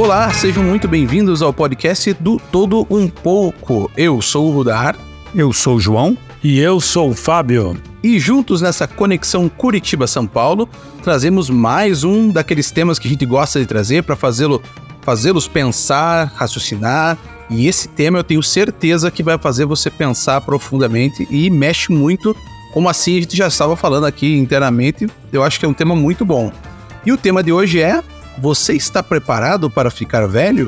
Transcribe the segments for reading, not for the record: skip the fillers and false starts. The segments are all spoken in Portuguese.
Olá, sejam muito bem-vindos ao podcast do Todo Um Pouco. Eu sou o Rudar. Eu sou o João. E eu sou o Fábio. E juntos nessa conexão Curitiba-São Paulo, trazemos mais um daqueles temas que a gente gosta de trazer para fazê-los pensar, raciocinar. E esse tema eu tenho certeza que vai fazer você pensar profundamente e mexe muito, como assim a gente já estava falando aqui internamente. Eu acho que é um tema muito bom. E o tema de hoje é: você está preparado para ficar velho?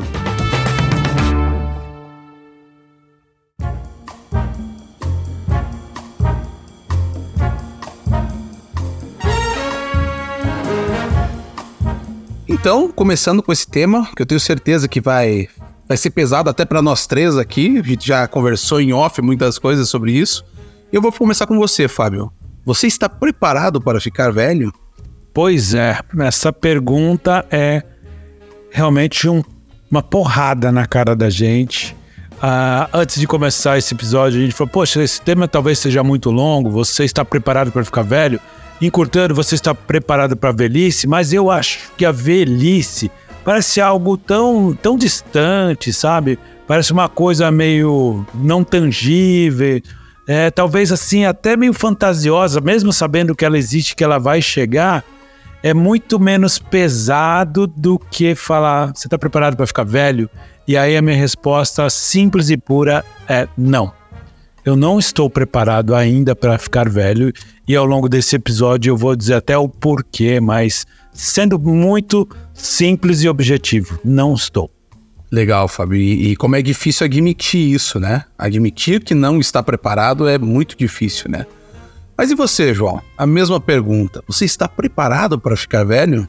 Então, começando com esse tema, que eu tenho certeza que vai ser pesado até para nós três aqui. A gente já conversou em off muitas coisas sobre isso. Eu vou começar com você, Fábio. Você está preparado para ficar velho? Pois é, essa pergunta é realmente uma porrada na cara da gente. Antes de começar esse episódio, a gente falou, poxa, esse tema talvez seja muito longo, você está preparado para ficar velho? Encurtando, você está preparado para a velhice? Mas eu acho que a velhice parece algo tão distante, sabe? Parece uma coisa meio não tangível, talvez assim até meio fantasiosa, mesmo sabendo que ela existe, que ela vai chegar. É muito menos pesado do que falar, você está preparado para ficar velho? E aí a minha resposta simples e pura é não. Eu não estou preparado ainda para ficar velho e ao longo desse episódio eu vou dizer até o porquê, mas sendo muito simples e objetivo, não estou. Legal, Fábio. E como é difícil admitir isso, né? Admitir que não está preparado é muito difícil, né? Mas e você, João? A mesma pergunta. Você está preparado para ficar velho?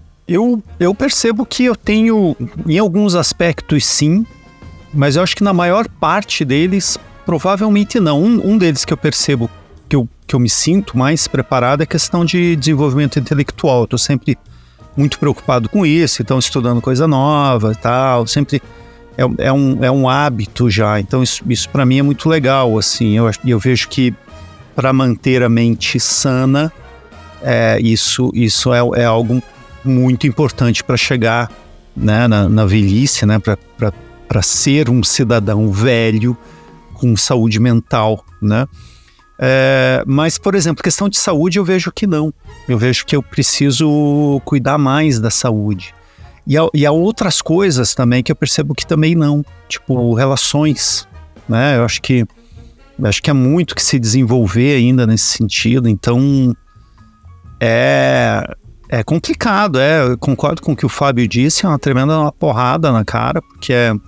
Eu percebo que eu tenho, em alguns aspectos sim, mas eu acho que na maior parte deles, provavelmente não. Um deles que eu percebo que eu me sinto mais preparado é a questão de desenvolvimento intelectual. Eu estou sempre muito preocupado com isso, então estudando coisa nova e tal, sempre é um hábito já. Então isso para mim é muito legal, assim. Eu vejo que para manter a mente sana, isso é algo muito importante para chegar, né, na velhice, né, para ser um cidadão velho com saúde mental, né? Mas, por exemplo, questão de saúde eu vejo que não. Eu vejo que eu preciso cuidar mais da saúde. E há outras coisas também que eu percebo que também não. Tipo, relações, né? Eu acho que há muito que se desenvolver ainda nesse sentido. Então, é complicado. Eu concordo com o que o Fábio disse. É uma tremenda porrada na cara, porque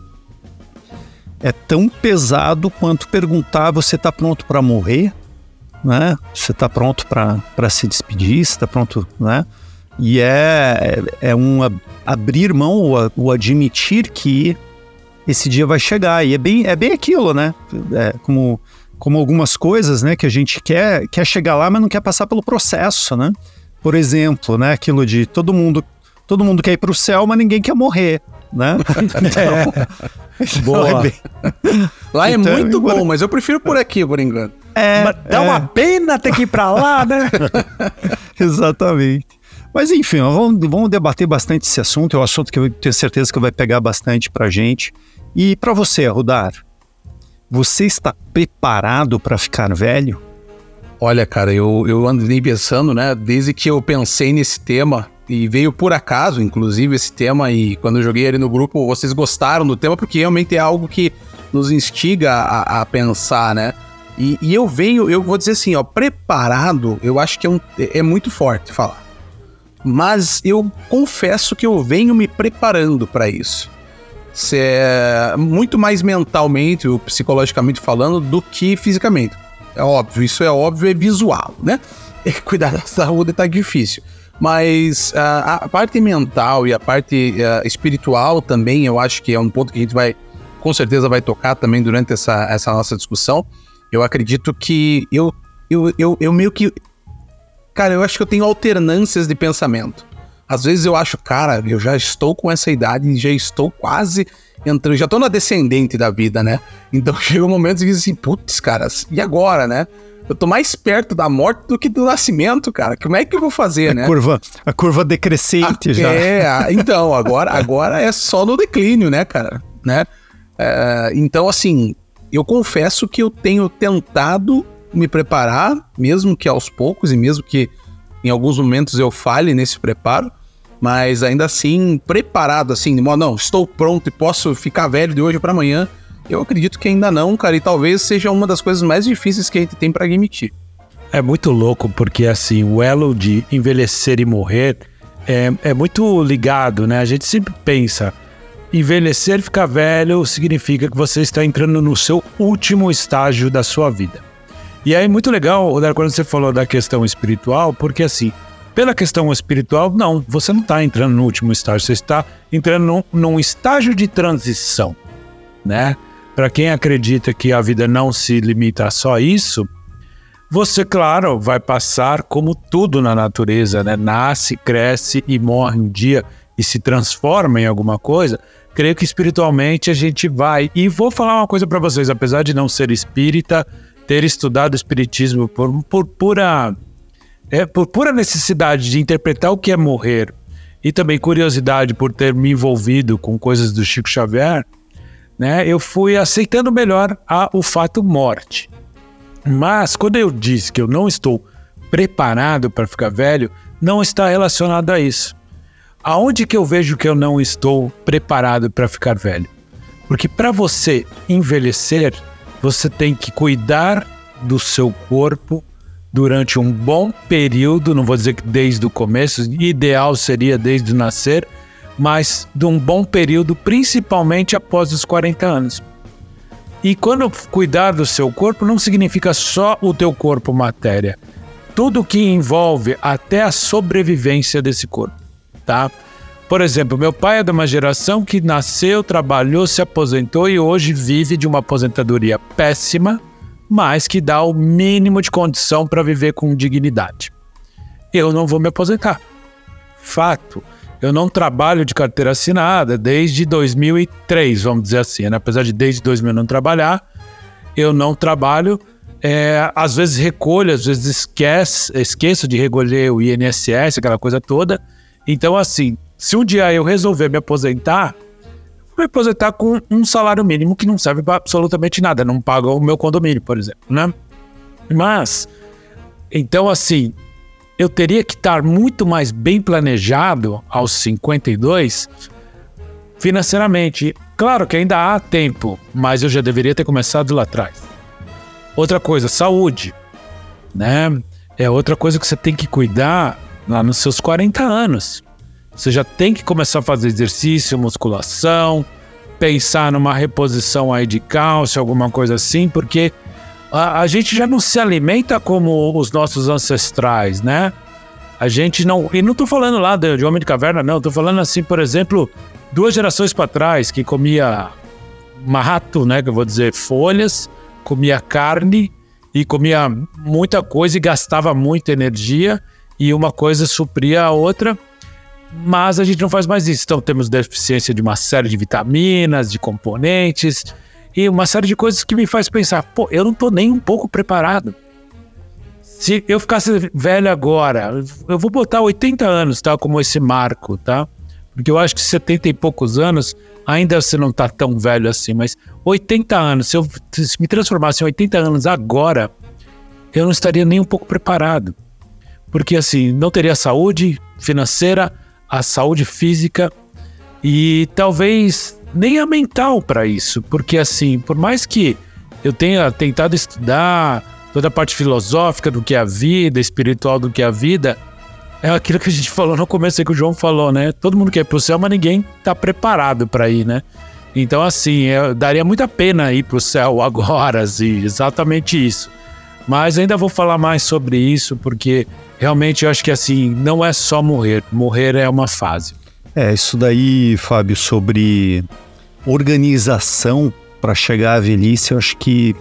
é tão pesado quanto perguntar: você está pronto para morrer? Né? Você está pronto para se despedir? Você está pronto, né? E é um abrir mão ou admitir que esse dia vai chegar. E é bem aquilo, né? Como algumas coisas, né, que a gente quer chegar lá, mas não quer passar pelo processo, né? Por exemplo, né, aquilo de todo mundo quer ir para o céu, mas ninguém quer morrer, né? Boa. Lá é muito bom, mas eu prefiro por aqui, por enquanto. Mas dá uma pena ter que ir pra lá, né? Exatamente. Mas enfim, vamos debater bastante esse assunto. É um assunto que eu tenho certeza que vai pegar bastante pra gente. E pra você, Rudar, você está preparado para ficar velho? Olha, cara, eu andei pensando, né, desde que eu pensei nesse tema. E veio por acaso, inclusive, esse tema, e quando eu joguei ali no grupo, vocês gostaram do tema, porque realmente é algo que nos instiga a pensar, né? E eu vou dizer assim, ó, preparado, eu acho que é muito forte falar. Mas eu confesso que eu venho me preparando para isso. Muito mais mentalmente ou psicologicamente falando do que fisicamente. É óbvio, isso é óbvio, é visual, né? Cuidar da saúde tá difícil. Mas a parte mental e a parte espiritual também, eu acho que é um ponto que a gente com certeza vai tocar também durante essa nossa discussão. Eu acredito que eu meio que... Cara, eu acho que eu tenho alternâncias de pensamento. Às vezes eu acho, cara, eu já estou com essa idade, já estou quase entrando, já estou na descendente da vida, né? Então chega um momento que diz assim, putz, cara, e agora, né? Eu tô mais perto da morte do que do nascimento, cara. Como é que eu vou fazer, né? A curva decrescente já. Então, agora é só no declínio, né, cara? Né? Então, assim, eu confesso que eu tenho tentado me preparar, mesmo que aos poucos, e mesmo que em alguns momentos eu falhe nesse preparo, mas ainda assim, preparado, assim, de modo, não, estou pronto e posso ficar velho de hoje para amanhã. Eu acredito que ainda não, cara, e talvez seja uma das coisas mais difíceis que a gente tem pra admitir. É muito louco, porque assim, o elo de envelhecer e morrer é muito ligado, né? A gente sempre pensa, envelhecer e ficar velho significa que você está entrando no seu último estágio da sua vida. E aí, muito legal, Rodar, quando você falou da questão espiritual, porque assim, pela questão espiritual, não, você não está entrando no último estágio, você está entrando num estágio de transição, né? Para quem acredita que a vida não se limita a só isso, você, claro, vai passar como tudo na natureza, né? Nasce, cresce e morre um dia e se transforma em alguma coisa. Creio que espiritualmente a gente vai. E vou falar uma coisa para vocês, apesar de não ser espírita, ter estudado espiritismo por pura necessidade de interpretar o que é morrer e também curiosidade por ter me envolvido com coisas do Chico Xavier, né, eu fui aceitando melhor o fato morte. Mas quando eu disse que eu não estou preparado para ficar velho, não está relacionado a isso. Aonde que eu vejo que eu não estou preparado para ficar velho? Porque para você envelhecer, você tem que cuidar do seu corpo durante um bom período, não vou dizer que desde o começo, ideal seria desde o nascer, mas de um bom período, principalmente após os 40 anos. E quando cuidar do seu corpo, não significa só o teu corpo matéria. Tudo que envolve até a sobrevivência desse corpo, tá? Por exemplo, meu pai é de uma geração que nasceu, trabalhou, se aposentou e hoje vive de uma aposentadoria péssima, mas que dá o mínimo de condição para viver com dignidade. Eu não vou me aposentar. Fato. Eu não trabalho de carteira assinada desde 2003, vamos dizer assim, né? Apesar de desde 2000 não trabalhar, eu não trabalho. Às vezes recolho, às vezes esqueço de recolher o INSS, aquela coisa toda. Então, assim, se um dia eu resolver me aposentar, vou me aposentar com um salário mínimo que não serve para absolutamente nada, não paga o meu condomínio, por exemplo, né? Mas, então, assim, eu teria que estar muito mais bem planejado aos 52 financeiramente. Claro que ainda há tempo, mas eu já deveria ter começado lá atrás. Outra coisa, saúde, né? É outra coisa que você tem que cuidar lá nos seus 40 anos. Você já tem que começar a fazer exercício, musculação, pensar numa reposição aí de cálcio, alguma coisa assim, porque a gente já não se alimenta como os nossos ancestrais, né? A gente não... E não tô falando lá de Homem de Caverna, não. Tô falando assim, por exemplo, 2 gerações para trás, que comia mato, né? Que eu vou dizer, folhas, comia carne e comia muita coisa e gastava muita energia e uma coisa supria a outra. Mas a gente não faz mais isso. Então temos deficiência de uma série de vitaminas, de componentes e uma série de coisas que me faz pensar, pô, eu não tô nem um pouco preparado. Se eu ficasse velho agora, eu vou botar 80 anos, tá? Como esse marco, tá? Porque eu acho que 70 e poucos anos, ainda você não tá tão velho assim, mas 80 anos, se eu me transformasse em 80 anos agora, eu não estaria nem um pouco preparado. Porque assim, não teria saúde financeira, a saúde física e talvez nem a mental para isso. Porque assim, por mais que eu tenha tentado estudar toda a parte filosófica do que é a vida, espiritual do que é a vida, é aquilo que a gente falou no começo aí que o João falou, né? Todo mundo quer ir pro céu, mas ninguém tá preparado para ir, né? Então assim, daria muita pena ir pro céu agora, assim, exatamente isso. Mas ainda vou falar mais sobre isso, porque realmente eu acho que assim, não é só morrer. Morrer é uma fase. Isso daí, Fábio, sobre organização para chegar à velhice, eu acho que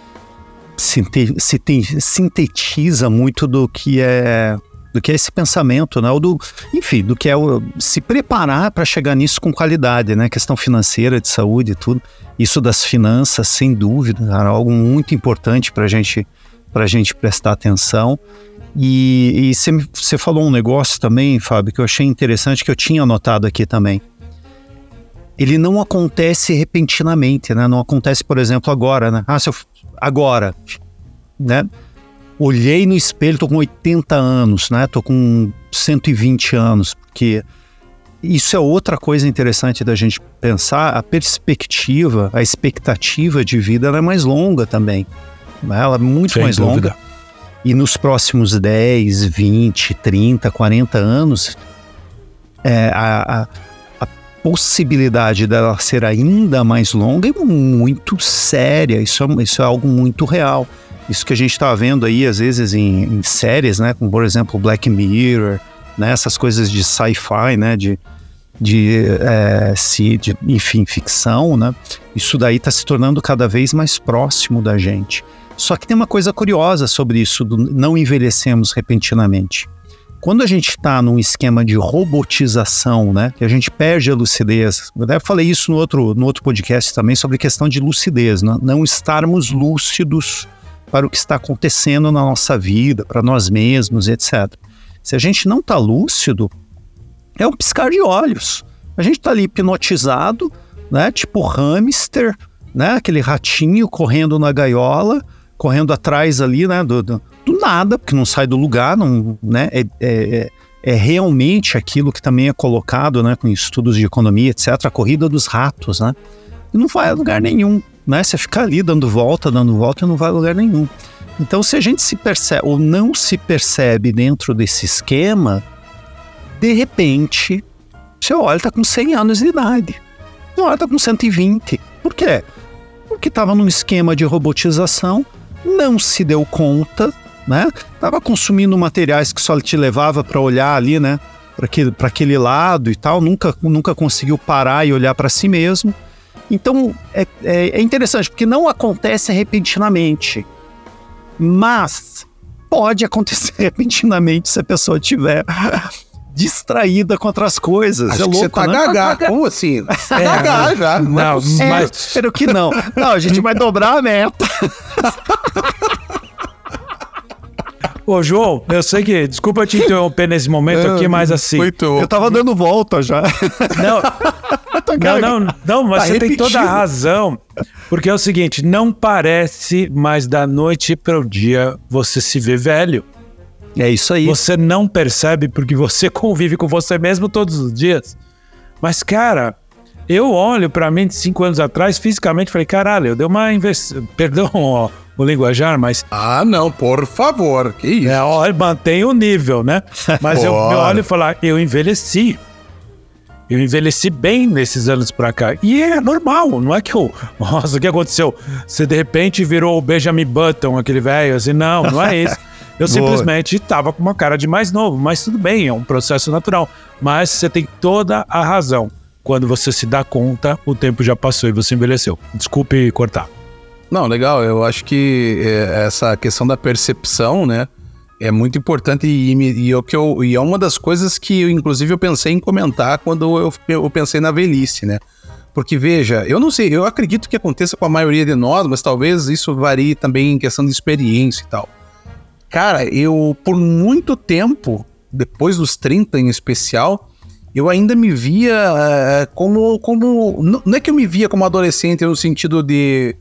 sintetiza muito do que é esse pensamento, né? Do que é se preparar para chegar nisso com qualidade, né? Questão financeira, de saúde e tudo. Isso das finanças, sem dúvida, cara, algo muito importante para a gente para a gente prestar atenção. E você falou um negócio também, Fábio, que eu achei interessante, que eu tinha anotado aqui também. Ele não acontece repentinamente, né? Não acontece, por exemplo, agora, né? Agora, né? Olhei no espelho, tô com 80 anos, né? Tô com 120 anos, porque isso é outra coisa interessante da gente pensar. A perspectiva, a expectativa de vida, ela é mais longa também, né? Ela é muito mais longa. E nos próximos 10, 20, 30, 40 anos, a possibilidade dela ser ainda mais longa é muito séria. Isso é algo muito real. Isso que a gente está vendo aí, às vezes, em séries, né? Como, por exemplo, Black Mirror, né? Essas coisas de sci-fi, né? Enfim, ficção, né? Isso daí está se tornando cada vez mais próximo da gente. Só que tem uma coisa curiosa sobre isso, do não envelhecemos repentinamente. Quando a gente está num esquema de robotização, né, que a gente perde a lucidez, eu falei isso no outro podcast também sobre questão de lucidez, né, não estarmos lúcidos para o que está acontecendo na nossa vida, para nós mesmos, etc. Se a gente não está lúcido, é um piscar de olhos. A gente está ali hipnotizado, né, tipo hamster, né, aquele ratinho correndo na gaiola, correndo atrás ali, né, do nada, porque não sai do lugar, não, né, é realmente aquilo que também é colocado, né, com estudos de economia, etc., a corrida dos ratos, né, e não vai a lugar nenhum, né, você fica ali dando volta e não vai a lugar nenhum. Então, se a gente se percebe ou não se percebe dentro desse esquema, de repente, você olha, está com 100 anos de idade, você olha, está com 120, por quê? Porque estava num esquema de robotização, não se deu conta, né? Tava consumindo materiais que só te levava para olhar ali, né? Para aquele lado e tal, nunca conseguiu parar e olhar para si mesmo. Então, é interessante, porque não acontece repentinamente, mas pode acontecer repentinamente se a pessoa estiver distraída com outras coisas. Acho que louco, você tá, né? Gaga. Como assim? Gaga já. Não, mas... Espero que não. Não, a gente vai dobrar a meta. Ô, João, eu sei que... Desculpa te interromper nesse momento aqui, mas assim... Eu tava dando volta já. Não, mas você tem toda a razão. Porque é o seguinte, não parece, mas da noite para o dia você se vê velho. É isso aí. Você não percebe porque você convive com você mesmo todos os dias. Mas, cara, eu olho pra mim de 5 anos atrás, fisicamente, falei, caralho, eu dei uma investida. Perdão o linguajar, mas... Ah, não, por favor, que isso? Mantém o nível, né? Mas eu olho e falo, eu envelheci. Eu envelheci bem nesses anos pra cá. E é normal, não é que eu... Nossa, o que aconteceu? Você, de repente, virou o Benjamin Button, aquele velho, assim, não é isso. Eu simplesmente estava com uma cara de mais novo, mas tudo bem, é um processo natural. Mas você tem toda a razão. Quando você se dá conta, o tempo já passou e você envelheceu. Desculpe cortar. Não, legal. Eu acho que essa questão da percepção, né, é muito importante e é uma das coisas que, inclusive, eu pensei em comentar quando eu pensei na velhice, né? Porque, veja, eu não sei, eu acredito que aconteça com a maioria de nós, mas talvez isso varie também em questão de experiência e tal. Cara, eu, por muito tempo, depois dos 30 em especial, eu ainda me via como... Não é que eu me via como adolescente no sentido de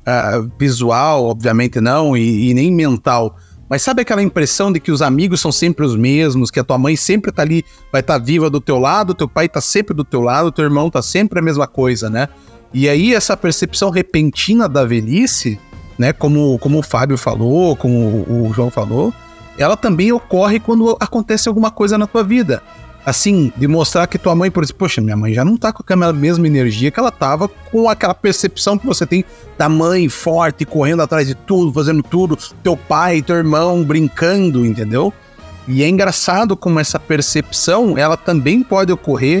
visual, obviamente não, e nem mental. Mas sabe aquela impressão de que os amigos são sempre os mesmos, que a tua mãe sempre tá ali, vai estar viva do teu lado, teu pai tá sempre do teu lado, teu irmão tá sempre a mesma coisa, né? E aí essa percepção repentina da velhice... né, como o Fábio falou, como o João falou, ela também ocorre quando acontece alguma coisa na tua vida. Assim, de mostrar que tua mãe, por exemplo, poxa, minha mãe já não tá com aquela mesma energia que ela tava, com aquela percepção que você tem da mãe forte, correndo atrás de tudo, fazendo tudo, teu pai, teu irmão brincando, entendeu? E é engraçado como essa percepção, ela também pode ocorrer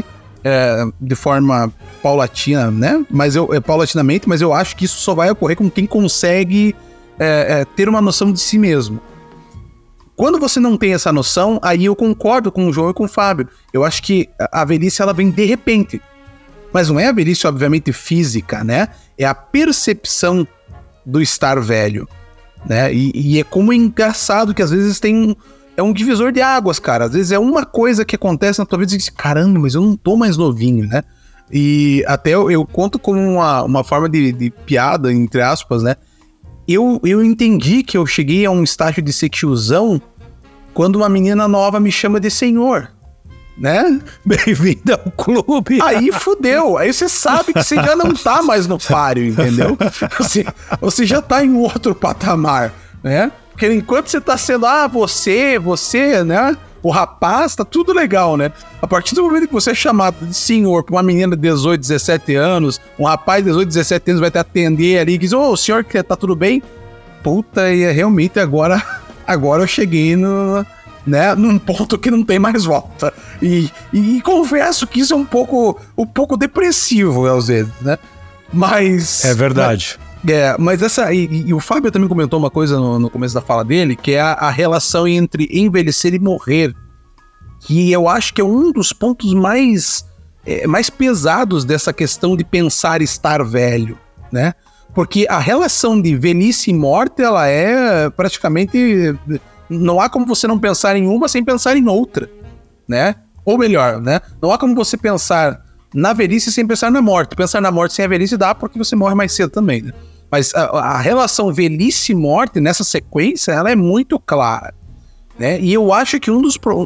de forma paulatina, né? Paulatinamente, mas eu acho que isso só vai ocorrer com quem consegue ter uma noção de si mesmo. Quando você não tem essa noção, aí eu concordo com o João e com o Fábio. Eu acho que a velhice, ela vem de repente. Mas não é a velhice, obviamente, física, né? É a percepção do estar velho. né? E é como é engraçado que às vezes é um divisor de águas, cara. Às vezes é uma coisa que acontece na tua vida e diz, caramba, mas eu não tô mais novinho, né? E até eu conto como uma forma de piada, entre aspas, né? Eu entendi que eu cheguei a um estágio de ser tiozão quando uma menina nova me chama de senhor, né? Bem-vindo ao clube. Aí fudeu. Aí você sabe que você já não tá mais no páreo, entendeu? Você já tá em outro patamar, né? Porque enquanto você tá sendo, você, né? O rapaz, tá tudo legal, né? A partir do momento que você é chamado de senhor pra uma menina de 18, 17 anos, um rapaz de 18, 17 anos vai te atender ali e diz, ô, senhor, tá tudo bem? Puta, e realmente agora eu cheguei num ponto que não tem mais volta. E confesso que isso é um pouco depressivo, às vezes, né? Mas... É verdade. Mas essa... E o Fábio também comentou uma coisa no começo da fala dele, que é a relação entre envelhecer e morrer. Que eu acho que é um dos pontos mais pesados dessa questão de pensar estar velho, né? Porque a relação de velhice e morte, ela é praticamente... Não há como você não pensar em uma sem pensar em outra, né? Ou melhor, né? Não há como você pensar na velhice sem pensar na morte. Pensar na morte sem a velhice dá porque você morre mais cedo também, né? Mas a relação velhice e morte, nessa sequência, ela é muito clara, né? E eu acho que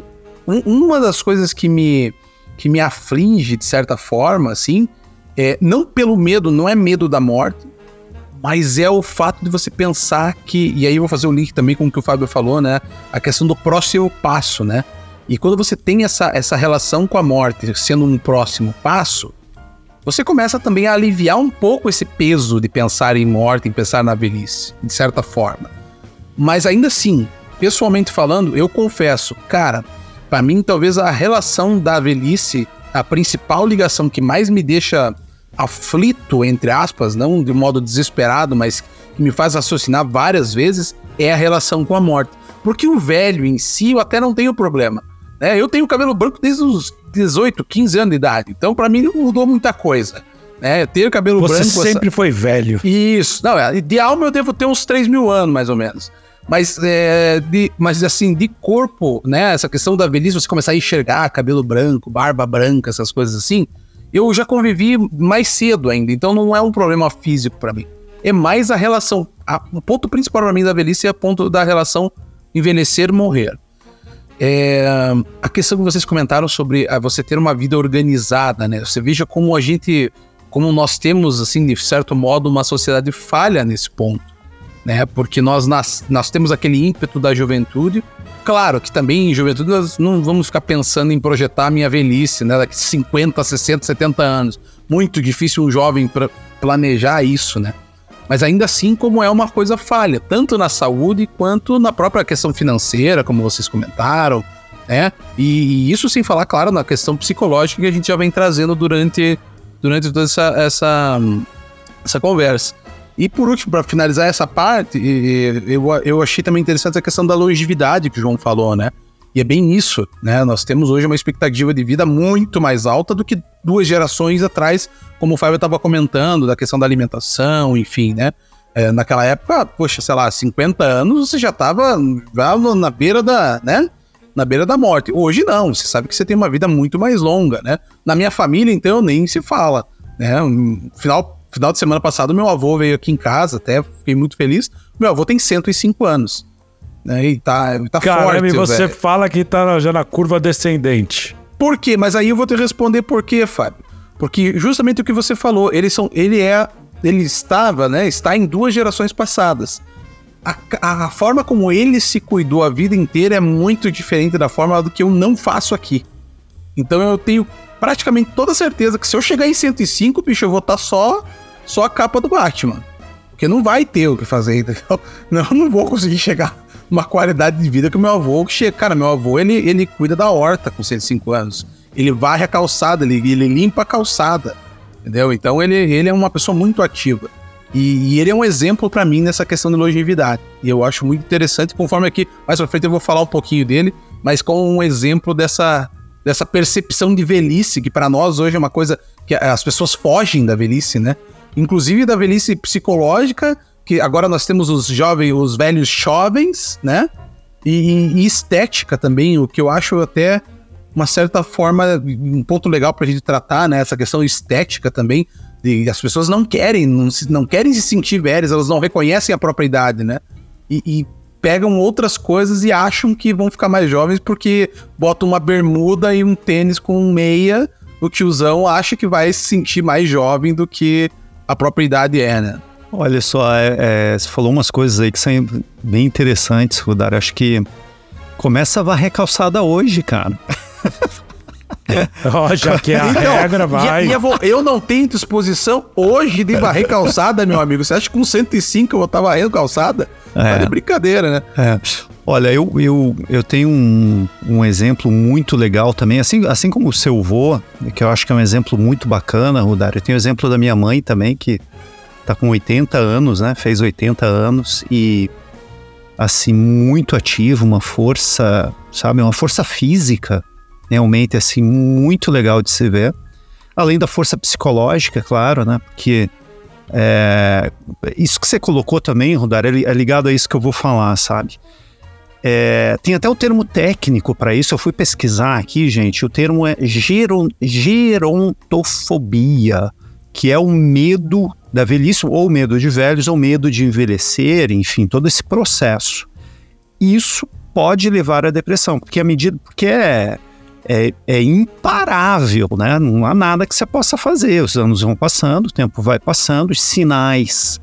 uma das coisas que me aflige, de certa forma, assim, não pelo medo, não é medo da morte, mas é o fato de você pensar que... E aí eu vou fazer o link também com o que o Fábio falou, né? A questão do próximo passo, né? E quando você tem essa relação com a morte sendo um próximo passo, você começa também a aliviar um pouco esse peso de pensar em morte, em pensar na velhice, de certa forma. Mas ainda assim, pessoalmente falando, eu confesso, cara, pra mim talvez a relação da velhice, a principal ligação que mais me deixa aflito, entre aspas, não de modo desesperado, mas que me faz raciocinar várias vezes, é a relação com a morte. Porque o velho em si, eu até não tenho problema, né? Eu tenho cabelo branco desde os 18, 15 anos de idade, então pra mim não mudou muita coisa, né? Eu tenho cabelo branco... Você sempre foi velho. Isso, não, de alma eu devo ter uns 3.000 anos, mais ou menos. Mas assim, de corpo, né? Essa questão da velhice, você começar a enxergar cabelo branco, barba branca, essas coisas assim, eu já convivi mais cedo ainda, então não é um problema físico pra mim. É mais a relação. O ponto principal pra mim da velhice é o ponto da relação envelhecer-morrer. A questão que vocês comentaram sobre você ter uma vida organizada, né? Você veja como como nós temos, assim, de certo modo, uma sociedade falha nesse ponto, né? Porque nós temos aquele ímpeto da juventude. Claro que também em juventude nós não vamos ficar pensando em projetar a minha velhice, né? Daqui 50, 60, 70 anos. Muito difícil um jovem planejar isso, né? Mas ainda assim, como é uma coisa falha, tanto na saúde quanto na própria questão financeira, como vocês comentaram, né? E isso sem falar, claro, na questão psicológica que a gente já vem trazendo durante toda essa conversa. E por último, para finalizar essa parte, eu achei também interessante a questão da longevidade que o João falou, né? E é bem isso, né? Nós temos hoje uma expectativa de vida muito mais alta do que 2 gerações atrás, como o Fábio estava comentando, da questão da alimentação, enfim, né? Naquela época, poxa, sei lá, 50 anos você já estava na beira na beira da morte. Hoje não, você sabe que você tem uma vida muito mais longa, né? Na minha família, então, nem se fala, né? Final de semana passado, meu avô veio aqui em casa, até fiquei muito feliz. Meu avô tem 105 anos. Né? E tá Caramba, forte, e você velho. fala que tá já na curva descendente. Por quê? Mas aí eu vou te responder por quê, Fábio. Porque justamente o que você falou, ele está em 2 gerações passadas. A forma como ele se cuidou a vida inteira é muito diferente da forma do que eu não faço aqui. Então eu tenho praticamente toda certeza que se eu chegar em 105, bicho, eu vou estar só a capa do Batman. Porque não vai ter o que fazer, entendeu? Não vou conseguir chegar uma qualidade de vida que o meu avô... Cara, meu avô, ele cuida da horta com 105 anos. Ele varre a calçada, ele limpa a calçada, entendeu? Então ele é uma pessoa muito ativa. E ele é um exemplo pra mim nessa questão de longevidade. E eu acho muito interessante, conforme aqui, mais pra frente eu vou falar um pouquinho dele, mas com um exemplo dessa percepção de velhice, que pra nós hoje é uma coisa que as pessoas fogem da velhice, né? Inclusive da velhice psicológica, que agora nós temos os velhos jovens, né? E estética também, o que eu acho até uma certa forma, um ponto legal pra gente tratar, né? Essa questão estética também, as pessoas não querem se sentir velhas, elas não reconhecem a própria idade, né? E pegam outras coisas e acham que vão ficar mais jovens porque botam uma bermuda e um tênis com meia, o tiozão acha que vai se sentir mais jovem do que a própria idade né? Olha só, você falou umas coisas aí que são bem interessantes, Rudar. Acho que começa a varrer calçada hoje, cara. Já que é a regra, vai. Eu não tenho disposição hoje de varrer calçada, meu amigo. Você acha que com 105 eu vou estar varrendo calçada? Tá de brincadeira, né? Olha, eu tenho um exemplo muito legal também, assim como o seu vô, que eu acho que é um exemplo muito bacana, Rudar. Eu tenho o exemplo da minha mãe também, que tá com 80 anos, né? Fez 80 anos e, assim, muito ativo, uma força, sabe? Uma força física, realmente, assim, muito legal de se ver. Além da força psicológica, claro, né? Porque isso que você colocou também, Rudar, é ligado a isso que eu vou falar, sabe? Tem até o termo técnico para isso, eu fui pesquisar aqui, gente, o termo é gerontofobia, que é o medo da velhice, ou medo de velhos, ou medo de envelhecer, enfim, todo esse processo. Isso pode levar à depressão, porque é imparável, né? Não há nada que você possa fazer, os anos vão passando, o tempo vai passando, os sinais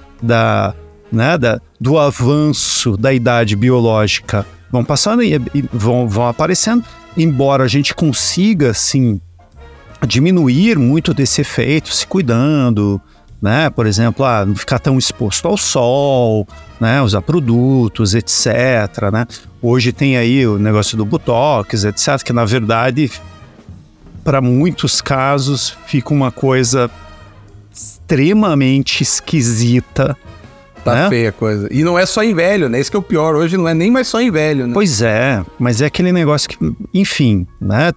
do avanço da idade biológica vão passando e vão aparecendo, embora a gente consiga, assim, diminuir muito desse efeito, se cuidando, né? Por exemplo, não ficar tão exposto ao sol, né? Usar produtos, etc, né? Hoje tem aí o negócio do Botox, etc, que na verdade, para muitos casos, fica uma coisa extremamente esquisita. Tá feia a coisa. E não é só em velho, né? Esse que é o pior. Hoje não é nem mais só em velho, né? Pois é, mas é aquele negócio que, enfim, né?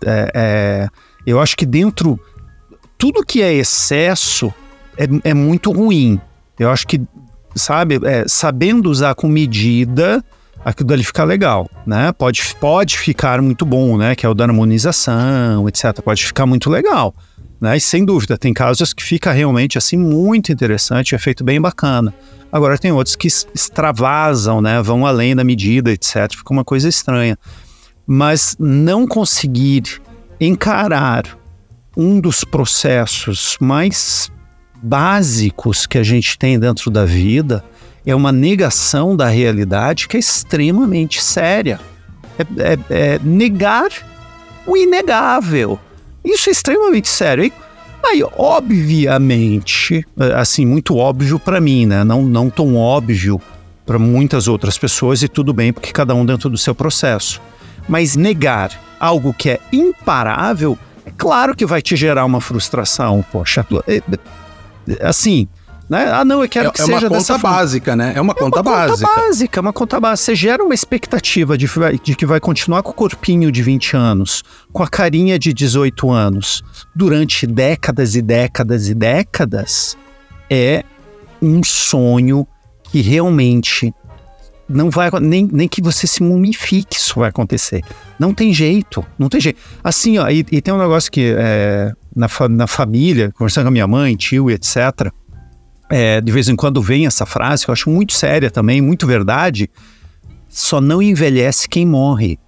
Eu acho que dentro... Tudo que é excesso é muito ruim. Eu acho que, sabe, sabendo usar com medida, aquilo ali fica legal, né? Pode ficar muito bom, né? Que é o da harmonização, etc. Pode ficar muito legal, né? E sem dúvida, tem casos que fica realmente, assim, muito interessante, é feito bem bacana. Agora tem outros que extravasam, né? Vão além da medida, etc. Fica uma coisa estranha. Mas não conseguir encarar um dos processos mais básicos que a gente tem dentro da vida é uma negação da realidade que é extremamente séria. É negar o inegável. Isso é extremamente sério. E aí, obviamente, assim, muito óbvio para mim, né? Não tão óbvio para muitas outras pessoas, e tudo bem, porque cada um dentro do seu processo. Mas negar algo que é imparável, é claro que vai te gerar uma frustração, poxa. Assim, né? Eu quero que seja dessa forma. É uma conta básica, né? É uma conta básica. É uma conta básica. Você gera uma expectativa de que vai continuar com o corpinho de 20 anos, com a carinha de 18 anos, durante décadas e décadas e décadas, é um sonho que realmente não vai, nem que você se mumifique, isso vai acontecer. Não tem jeito. Assim, ó, e tem um negócio que na família, conversando com a minha mãe, tio, etc., de vez em quando vem essa frase, que eu acho muito séria também, muito verdade: só não envelhece quem morre.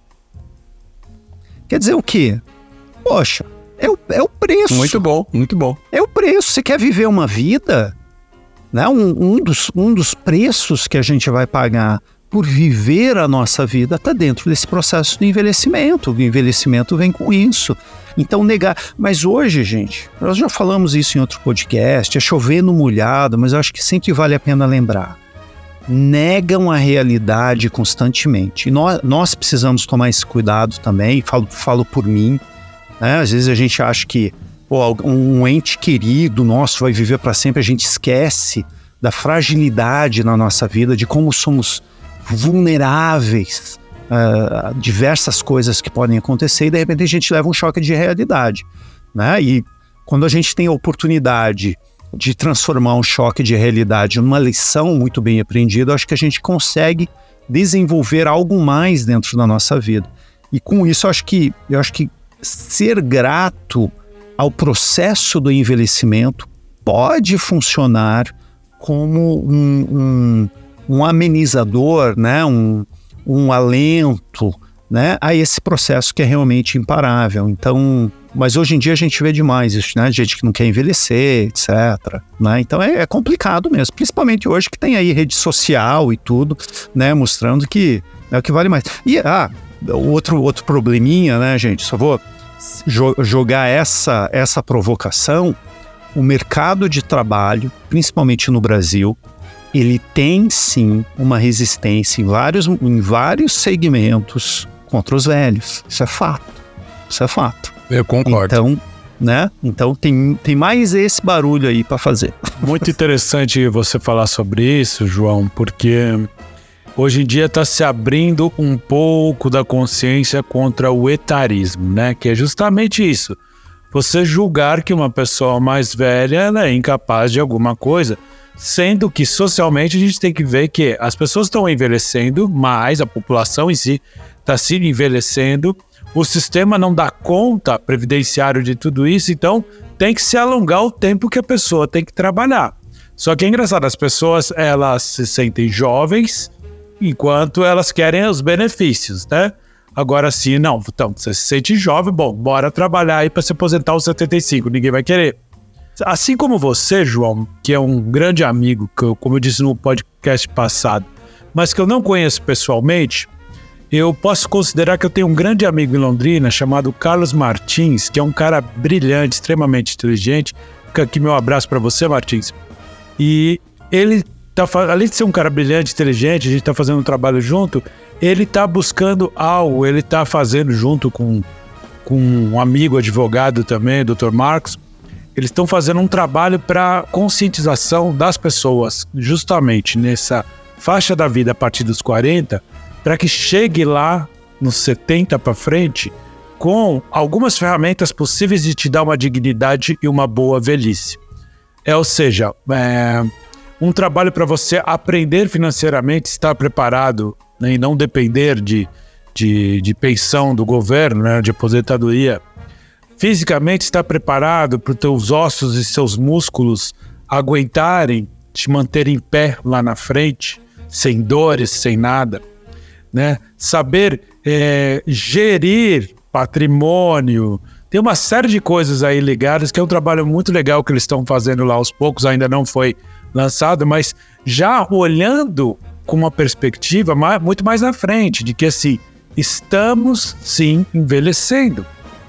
Quer dizer o quê? Poxa, é o preço. Muito bom, muito bom. É o preço. Você quer viver uma vida, né? Um dos preços que a gente vai pagar por viver a nossa vida está dentro desse processo do envelhecimento. O envelhecimento vem com isso. Então, negar... Mas hoje, gente, nós já falamos isso em outro podcast, é chover no molhado, mas eu acho que sempre vale a pena lembrar. Negam a realidade constantemente. E nós precisamos tomar esse cuidado também, falo por mim, né? Às vezes a gente acha que um ente querido nosso vai viver para sempre, a gente esquece da fragilidade na nossa vida, de como somos vulneráveis a diversas coisas que podem acontecer, e de repente a gente leva um choque de realidade, né? E quando a gente tem a oportunidade de transformar um choque de realidade numa lição muito bem aprendida, eu acho que a gente consegue desenvolver algo mais dentro da nossa vida. E com isso, eu acho que ser grato ao processo do envelhecimento pode funcionar como um amenizador, né? um alento, né? A esse processo que é realmente imparável. Então, mas hoje em dia a gente vê demais isso, né? Gente que não quer envelhecer, etc. Né? Então é complicado mesmo, principalmente hoje que tem aí rede social e tudo, né? Mostrando que é o que vale mais. E outro probleminha, né, gente? Só vou jogar essa provocação. O mercado de trabalho, principalmente no Brasil, ele tem sim uma resistência em vários segmentos contra os velhos. Isso é fato. Eu concordo. Então tem mais esse barulho aí para fazer. Muito interessante você falar sobre isso, João, porque hoje em dia está se abrindo um pouco da consciência contra o etarismo, né? Que é justamente isso. Você julgar que uma pessoa mais velha ela é incapaz de alguma coisa, sendo que socialmente a gente tem que ver que as pessoas estão envelhecendo mais, a população em si está se envelhecendo, o sistema não dá conta previdenciário de tudo isso, então tem que se alongar o tempo que a pessoa tem que trabalhar. Só que é engraçado, as pessoas elas se sentem jovens enquanto elas querem os benefícios, né? Agora sim, não, então você se sente jovem, bom, bora trabalhar aí para se aposentar aos 75, ninguém vai querer. Assim como você, João, que é um grande amigo, que como eu disse no podcast passado, mas que eu não conheço pessoalmente, eu posso considerar que eu tenho um grande amigo em Londrina chamado Carlos Martins, que é um cara brilhante, extremamente inteligente. Fica aqui meu abraço para você, Martins. E ele além de ser um cara brilhante, inteligente, a gente tá fazendo um trabalho junto, ele tá buscando algo, ele tá fazendo junto com um amigo advogado também, Dr. Marcos, eles estão fazendo um trabalho para conscientização das pessoas, justamente nessa faixa da vida a partir dos 40, para que chegue lá nos 70 para frente com algumas ferramentas possíveis de te dar uma dignidade e uma boa velhice. Ou seja, um trabalho para você aprender financeiramente, estar preparado, né, e não depender de pensão do governo, né, de aposentadoria. Fisicamente estar preparado para os teus ossos e seus músculos aguentarem, te manter em pé lá na frente, sem dores, sem nada. Né? Saber gerir patrimônio. Tem uma série de coisas aí ligadas, que é um trabalho muito legal que eles estão fazendo lá aos poucos, ainda não foi lançado, mas já olhando com uma perspectiva muito mais na frente, de que assim, estamos sim envelhecendo,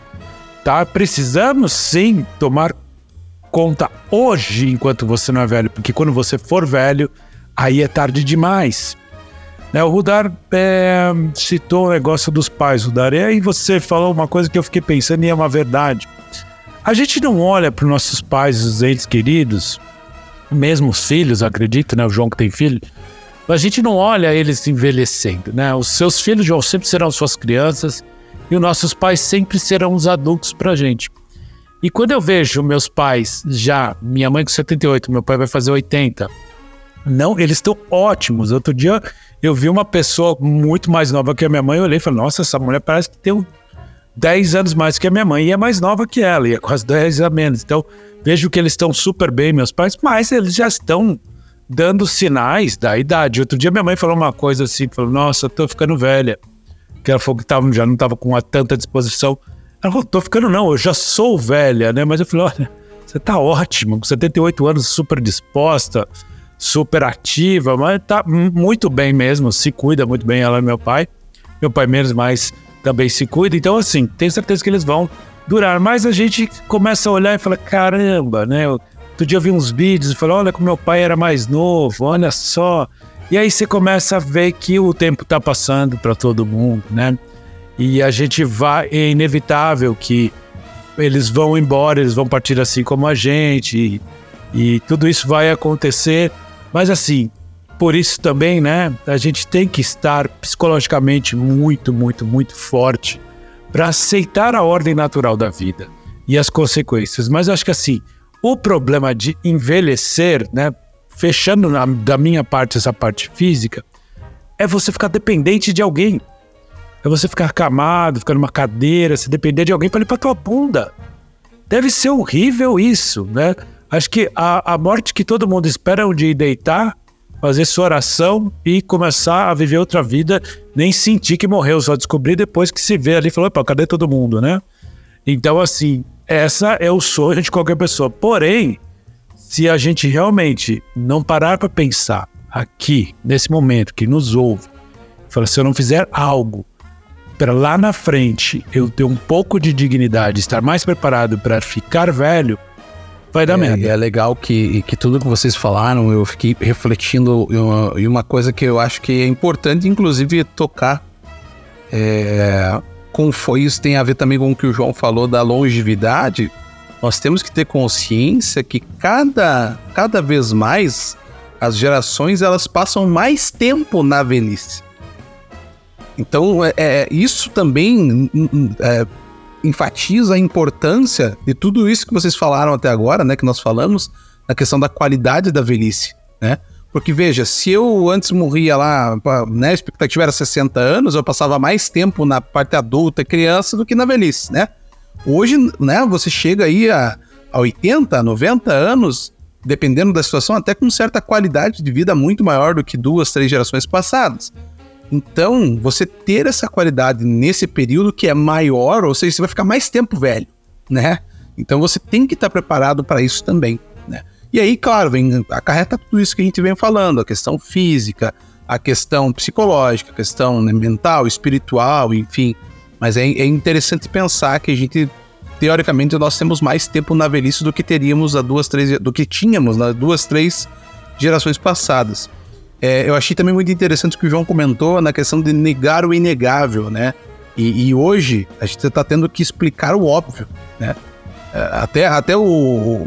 tá? Precisamos sim tomar conta hoje, enquanto você não é velho, porque quando você for velho, aí é tarde demais. O Rudar citou o negócio dos pais, Rudar, e aí você falou uma coisa que eu fiquei pensando e é uma verdade. A gente não olha para os nossos pais, os entes queridos, mesmo os filhos, acredito, né? O João que tem filho, a gente não olha eles envelhecendo, né? Os seus filhos, João, sempre serão suas crianças e os nossos pais sempre serão os adultos pra gente. E quando eu vejo meus pais já, minha mãe com 78, meu pai vai fazer 80, não, eles estão ótimos. Outro dia eu vi uma pessoa muito mais nova que a minha mãe, eu olhei e falei, nossa, essa mulher parece que tem 10 anos mais que a minha mãe e é mais nova que ela, e é quase 10 a menos. Então, vejo que eles estão super bem, meus pais, mas eles já estão dando sinais da idade. Outro dia minha mãe falou uma coisa assim, falou, nossa, eu tô ficando velha. Que ela falou que já não estava com tanta disposição. Ela falou, tô ficando não, eu já sou velha, né? Mas eu falei, olha, você tá ótima, com 78 anos, super disposta, super ativa, mas tá muito bem mesmo, se cuida muito bem, ela e meu pai menos, mas também se cuida. Então assim, tenho certeza que eles vão durar, mas a gente começa a olhar e fala, caramba, né? Outro dia eu vi uns vídeos e falei, olha como meu pai era mais novo, olha só. E aí você começa a ver que o tempo está passando para todo mundo, né? E a gente é inevitável que eles vão embora, eles vão partir assim como a gente, e tudo isso vai acontecer. Mas assim, por isso também, né? A gente tem que estar psicologicamente muito, muito, muito forte para aceitar a ordem natural da vida e as consequências. Mas eu acho que assim, O problema de envelhecer, né, fechando da minha parte essa parte física, é você ficar dependente de alguém. É você ficar acamado, ficar numa cadeira, se depender de alguém para limpar tua bunda. Deve ser horrível isso, né? Acho que a morte que todo mundo espera é um dia ir deitar, fazer sua oração e começar a viver outra vida, nem sentir que morreu, só descobrir depois que se vê ali e falou, opa, cadê todo mundo, né? Então, assim, essa é o sonho de qualquer pessoa. Porém, se a gente realmente não parar para pensar aqui, nesse momento, que nos ouve, fala, se eu não fizer algo para lá na frente eu ter um pouco de dignidade, estar mais preparado para ficar velho, vai dar merda. É legal que tudo que vocês falaram, eu fiquei refletindo em uma coisa que eu acho que é importante, inclusive, tocar. Isso tem a ver também com o que o João falou da longevidade. Nós temos que ter consciência que cada vez mais as gerações elas passam mais tempo na velhice. Então, isso também enfatiza a importância de tudo isso que vocês falaram até agora, né, que nós falamos, na questão da qualidade da velhice, né? Porque, veja, se eu antes morria lá, né, a expectativa era 60 anos, eu passava mais tempo na parte adulta, criança, do que na velhice, né? Hoje, né, você chega aí a 80, 90 anos, dependendo da situação, até com certa qualidade de vida muito maior do que 2, 3 gerações passadas. Então, você ter essa qualidade nesse período que é maior, ou seja, você vai ficar mais tempo velho, né? Então, você tem que estar preparado para isso também, né? E aí, claro, acarreta tudo isso que a gente vem falando, a questão física, a questão psicológica, a questão, né, mental, espiritual, enfim. Mas é interessante pensar que a gente, teoricamente, nós temos mais tempo na velhice do que teríamos do que tínhamos nas 2, 3 gerações passadas. Eu achei também muito interessante o que o João comentou na questão de negar o inegável, né? E hoje a gente está tendo que explicar o óbvio, né? Até o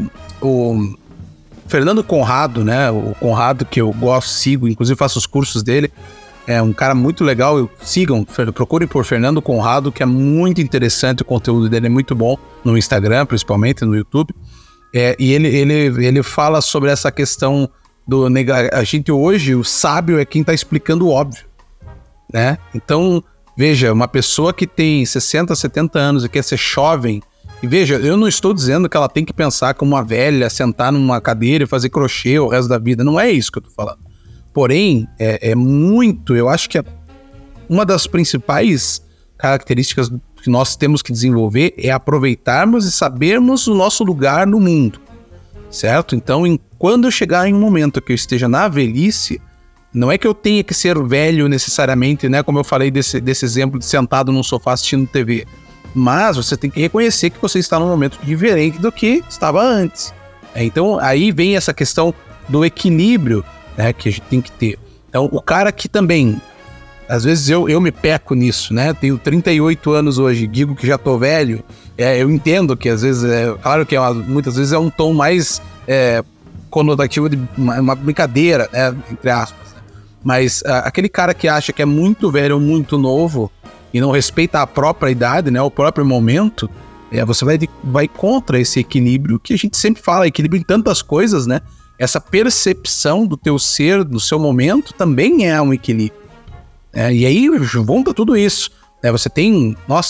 Fernando Conrado, né? O Conrado que eu gosto, sigo, inclusive faço os cursos dele. É um cara muito legal, sigam, procurem por Fernando Conrado, que é muito interessante, o conteúdo dele é muito bom, no Instagram, principalmente, no YouTube. E ele fala sobre essa questão do negar. A gente hoje, o sábio é quem está explicando o óbvio, né? Então, veja, uma pessoa que tem 60, 70 anos e quer ser jovem, e veja, eu não estou dizendo que ela tem que pensar como uma velha, sentar numa cadeira e fazer crochê o resto da vida, não é isso que eu estou falando. Porém, eu acho que uma das principais características que nós temos que desenvolver é aproveitarmos e sabermos o nosso lugar no mundo, certo? Então, quando eu chegar em um momento que eu esteja na velhice, não é que eu tenha que ser velho necessariamente, né? Como eu falei desse exemplo de sentado num sofá assistindo TV, mas você tem que reconhecer que você está num momento diferente do que estava antes. Então, aí vem essa questão do equilíbrio, né, que a gente tem que ter. Então, o cara que também, às vezes eu me peco nisso, né? Tenho 38 anos hoje, digo que já tô velho. Eu entendo que às vezes, claro que muitas vezes é um tom mais conotativo de uma brincadeira, né, entre aspas. Né? Mas aquele cara que acha que é muito velho ou muito novo e não respeita a própria idade, né, o próprio momento, você vai contra esse equilíbrio que a gente sempre fala, equilíbrio em tantas coisas, né? Essa percepção do teu ser, do seu momento, também é um equilíbrio. E aí, junta tudo isso. Você tem,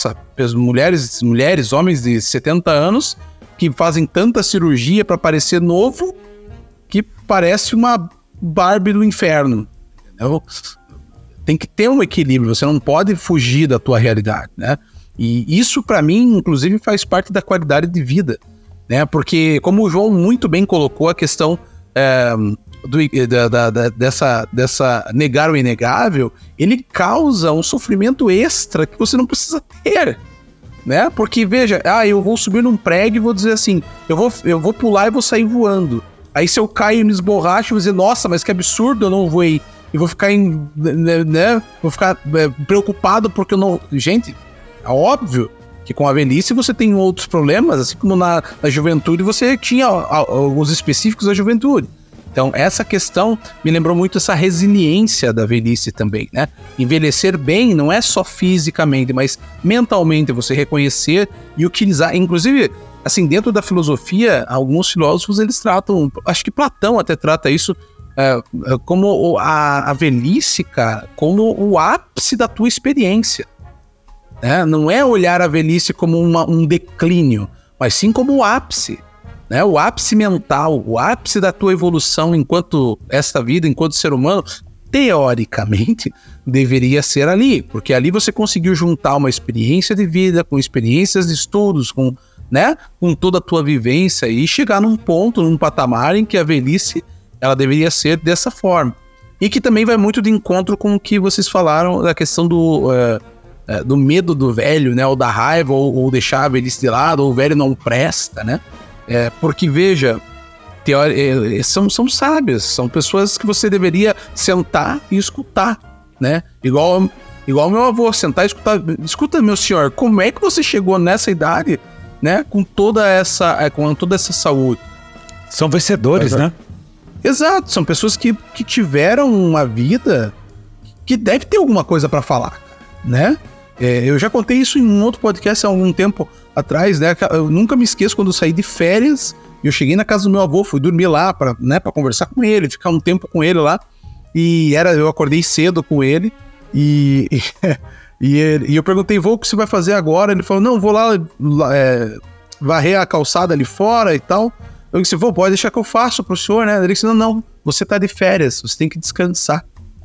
mulheres, homens de 70 anos que fazem tanta cirurgia para parecer novo que parece uma Barbie do inferno. Entendeu? Tem que ter um equilíbrio, você não pode fugir da tua realidade, né? E isso, para mim, inclusive, faz parte da qualidade de vida, né? Porque, como o João muito bem colocou, a questão dessa negar o inegável, ele causa um sofrimento extra que você não precisa ter, né? Porque, veja, eu vou subir num prédio e vou dizer assim, eu vou pular e vou sair voando. Aí se eu caio e me esborracho, eu vou dizer, nossa, mas que absurdo, eu não voei. E vou ficar, vou ficar preocupado porque eu não... Gente, é óbvio que com a velhice você tem outros problemas, assim como na juventude você tinha os específicos da juventude. Então, essa questão me lembrou muito essa resiliência da velhice também, né? Envelhecer bem não é só fisicamente, mas mentalmente você reconhecer e utilizar. Inclusive, assim, dentro da filosofia, alguns filósofos, eles tratam, acho que Platão até trata isso, como a velhice, cara, como o ápice da tua experiência. Não é olhar a velhice como um declínio, mas sim como o ápice. O ápice mental, o ápice da tua evolução enquanto esta vida, enquanto ser humano, teoricamente, deveria ser ali, porque ali você conseguiu juntar uma experiência de vida com experiências de estudos, com toda a tua vivência e chegar num ponto, num patamar em que a velhice, ela deveria ser dessa forma. E que também vai muito de encontro com o que vocês falaram da questão do medo do velho, ou da raiva, ou deixar a velhice de lado, ou o velho não presta, porque, veja, são sábias, são pessoas que você deveria sentar e escutar, igual meu avô, sentar e escutar. Escuta, meu senhor, como é que você chegou nessa idade, com toda essa saúde? São vencedores, né? Exato, são pessoas que tiveram uma vida que deve ter alguma coisa para falar, eu já contei isso em um outro podcast há algum tempo atrás, eu nunca me esqueço quando eu saí de férias. Eu cheguei na casa do meu avô, fui dormir lá pra conversar com ele, ficar um tempo com ele lá. Eu acordei cedo com ele e eu perguntei, vô, o que você vai fazer agora? Ele falou, não, vou lá varrer a calçada ali fora e tal. Eu disse, vô, pode deixar que eu faço pro senhor, Ele disse, não, você tá de férias, você tem que descansar.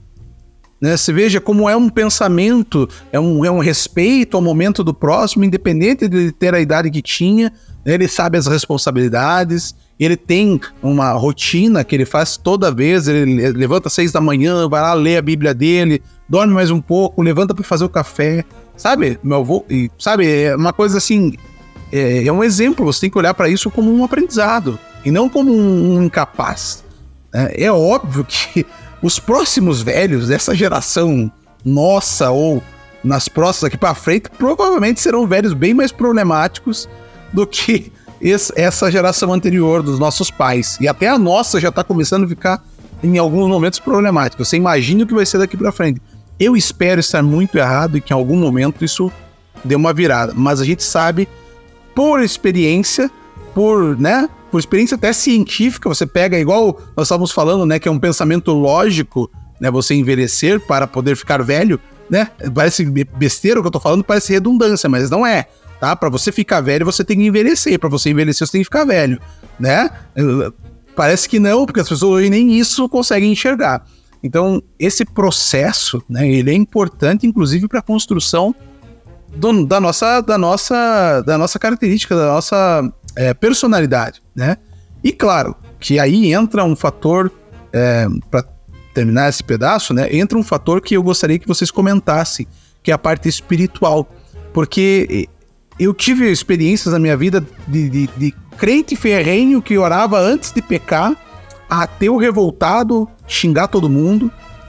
Você veja como é um pensamento, é um respeito ao momento do próximo, independente de ele ter a idade que tinha, ele sabe as responsabilidades, ele tem uma rotina que ele faz toda vez, ele levanta às 6 da manhã, vai lá ler a Bíblia dele, dorme mais um pouco, levanta para fazer o café, sabe? Meu avô, é uma coisa assim, é um exemplo, você tem que olhar para isso como um aprendizado, e não como um incapaz. É óbvio que os próximos velhos dessa geração nossa ou nas próximas aqui para frente provavelmente serão velhos bem mais problemáticos do que essa geração anterior dos nossos pais. E até a nossa já está começando a ficar em alguns momentos problemática. Você imagina o que vai ser daqui para frente. Eu espero estar muito errado e que em algum momento isso dê uma virada. Mas a gente sabe por experiência, por experiência até científica, você pega, igual nós estávamos falando, que é um pensamento lógico, você envelhecer para poder ficar velho, Parece besteira o que eu tô falando, parece redundância, mas não é, tá? Para você ficar velho, você tem que envelhecer, para você envelhecer, você tem que ficar velho, Parece que não, porque as pessoas hoje nem isso conseguem enxergar. Então, esse processo, ele é importante, inclusive, para a construção da nossa característica, da nossa personalidade, E claro, que aí entra um fator, para terminar esse pedaço, entra um fator que eu gostaria que vocês comentassem, que é a parte espiritual, porque eu tive experiências na minha vida de crente ferrenho que orava antes de pecar, ateu revoltado, xingar todo mundo,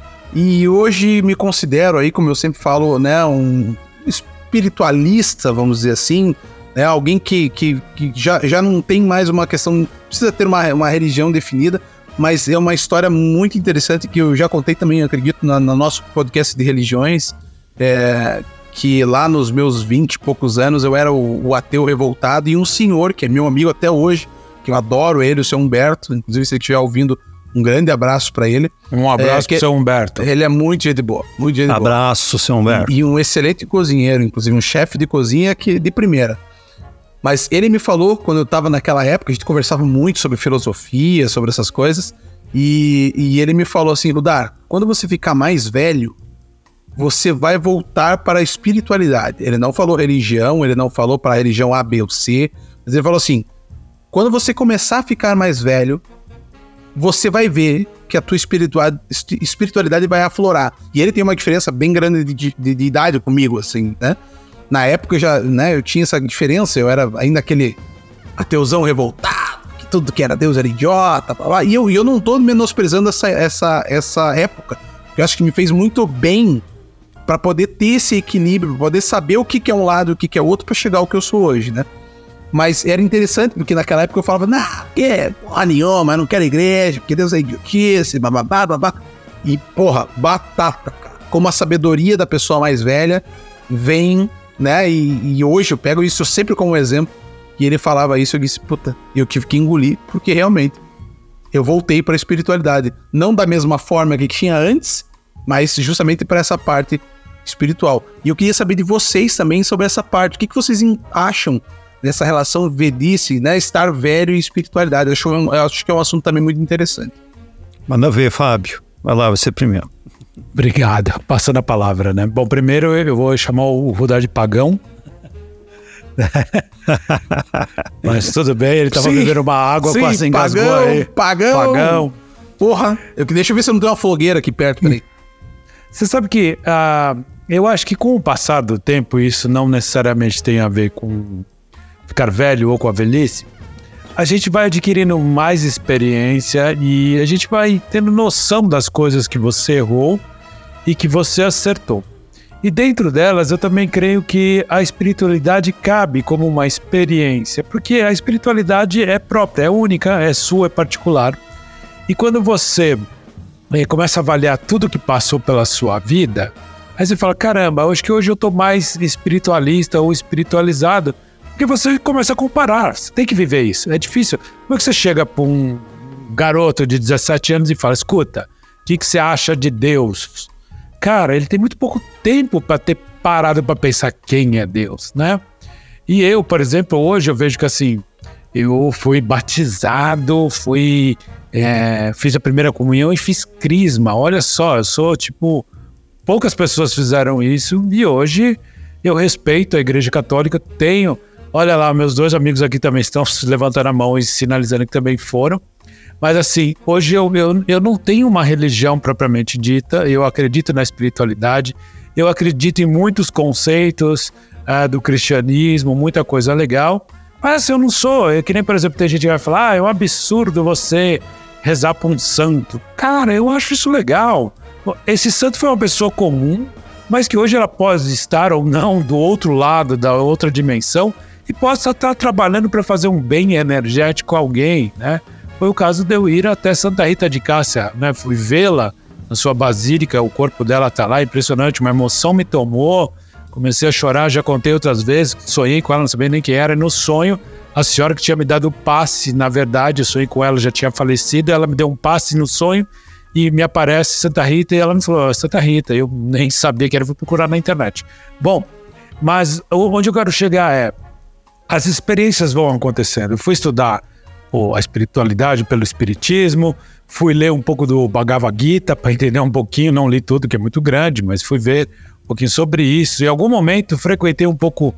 e hoje me considero aí, como eu sempre falo, um espiritualista, vamos dizer assim, alguém que já não tem mais uma questão, não precisa ter uma religião definida, mas é uma história muito interessante que eu já contei também, eu acredito, no nosso podcast de religiões, que lá nos meus 20 e poucos anos eu era o ateu revoltado, e um senhor que é meu amigo até hoje, que eu adoro ele, o seu Humberto, inclusive se ele estiver ouvindo, um grande abraço para ele. Um abraço pro seu Humberto. Ele é muito gente boa, muito gente boa. Abraço, seu Humberto. E um excelente cozinheiro, inclusive um chefe de cozinha de primeira. Mas ele me falou, quando eu tava naquela época, a gente conversava muito sobre filosofia, sobre essas coisas, e ele me falou assim, Rudar, quando você ficar mais velho, você vai voltar para a espiritualidade. Ele não falou religião, ele não falou para a religião A, B ou C, mas ele falou assim, quando você começar a ficar mais velho, você vai ver que a tua espiritualidade vai aflorar. E ele tem uma diferença bem grande de idade comigo, assim, Na época eu tinha essa diferença, eu era ainda aquele ateuzão revoltado, que tudo que era Deus era idiota, blá, blá. E eu não tô menosprezando essa época, eu acho que me fez muito bem para poder ter esse equilíbrio, pra poder saber o que é um lado e o que é outro para chegar ao que eu sou hoje, Mas era interessante, porque naquela época eu falava, porra nenhuma, eu não quero igreja, porque Deus é idiotice, bababá, babá. E, porra, batata, cara. Como a sabedoria da pessoa mais velha vem, E hoje eu pego isso sempre como exemplo, E ele falava isso, eu disse, puta, eu tive que engolir, porque realmente eu voltei para a espiritualidade. Não da mesma forma que tinha antes, mas justamente para essa parte espiritual. E eu queria saber de vocês também sobre essa parte. O que vocês acham dessa relação velhice, né? Estar velho e espiritualidade. Eu acho que é um assunto também muito interessante. Manda ver, Fábio. Vai lá, você primeiro. Obrigado. Passando a palavra, né? Bom, primeiro eu vou chamar o Rudar de pagão. Mas tudo bem, ele tava bebendo uma água, quase engasgou aí. Pagão. Porra, deixa eu ver se eu não tenho uma fogueira aqui perto, peraí. Você sabe que eu acho que com o passar do tempo, isso não necessariamente tem a ver com ficar velho ou com a velhice, a gente vai adquirindo mais experiência e a gente vai tendo noção das coisas que você errou e que você acertou. E dentro delas, eu também creio que a espiritualidade cabe como uma experiência, porque a espiritualidade é própria, é única, é sua, é particular. E quando você começa a avaliar tudo que passou pela sua vida, aí você fala, caramba, acho que hoje eu tô mais espiritualista ou espiritualizado, porque você começa a comparar, você tem que viver isso, é difícil. Como é que você chega para um garoto de 17 anos e fala, escuta, o que você acha de Deus? Cara, ele tem muito pouco tempo para ter parado para pensar quem é Deus, né? E eu, por exemplo, hoje eu vejo que assim, eu fui batizado, fiz a primeira comunhão e fiz crisma. Olha só, eu sou poucas pessoas fizeram isso e hoje eu respeito a Igreja Católica, olha lá, meus 2 amigos aqui também estão levantando a mão e sinalizando que também foram. Mas assim, hoje eu não tenho uma religião propriamente dita, eu acredito na espiritualidade, eu acredito em muitos conceitos do cristianismo, muita coisa legal, mas assim, eu não sou, que nem, por exemplo, tem gente que vai falar, é um absurdo você rezar para um santo. Cara, eu acho isso legal. Esse santo foi uma pessoa comum, mas que hoje ela pode estar ou não do outro lado, da outra dimensão, e possa estar trabalhando para fazer um bem energético a alguém, né? Foi o caso de eu ir até Santa Rita de Cássia, né? Fui vê-la na sua basílica, o corpo dela tá lá, impressionante, uma emoção me tomou, comecei a chorar, já contei outras vezes, sonhei com ela, não sabia nem quem era, e no sonho, a senhora que tinha me dado o passe, na verdade, eu sonhei com ela, já tinha falecido, ela me deu um passe no sonho, e me aparece Santa Rita, e ela me falou, Santa Rita, eu nem sabia que era, vou procurar na internet. Bom, mas onde eu quero chegar as experiências vão acontecendo, eu fui estudar a espiritualidade pelo espiritismo, fui ler um pouco do Bhagavad Gita para entender um pouquinho, não li tudo que é muito grande, mas fui ver um pouquinho sobre isso. Em algum momento frequentei um pouco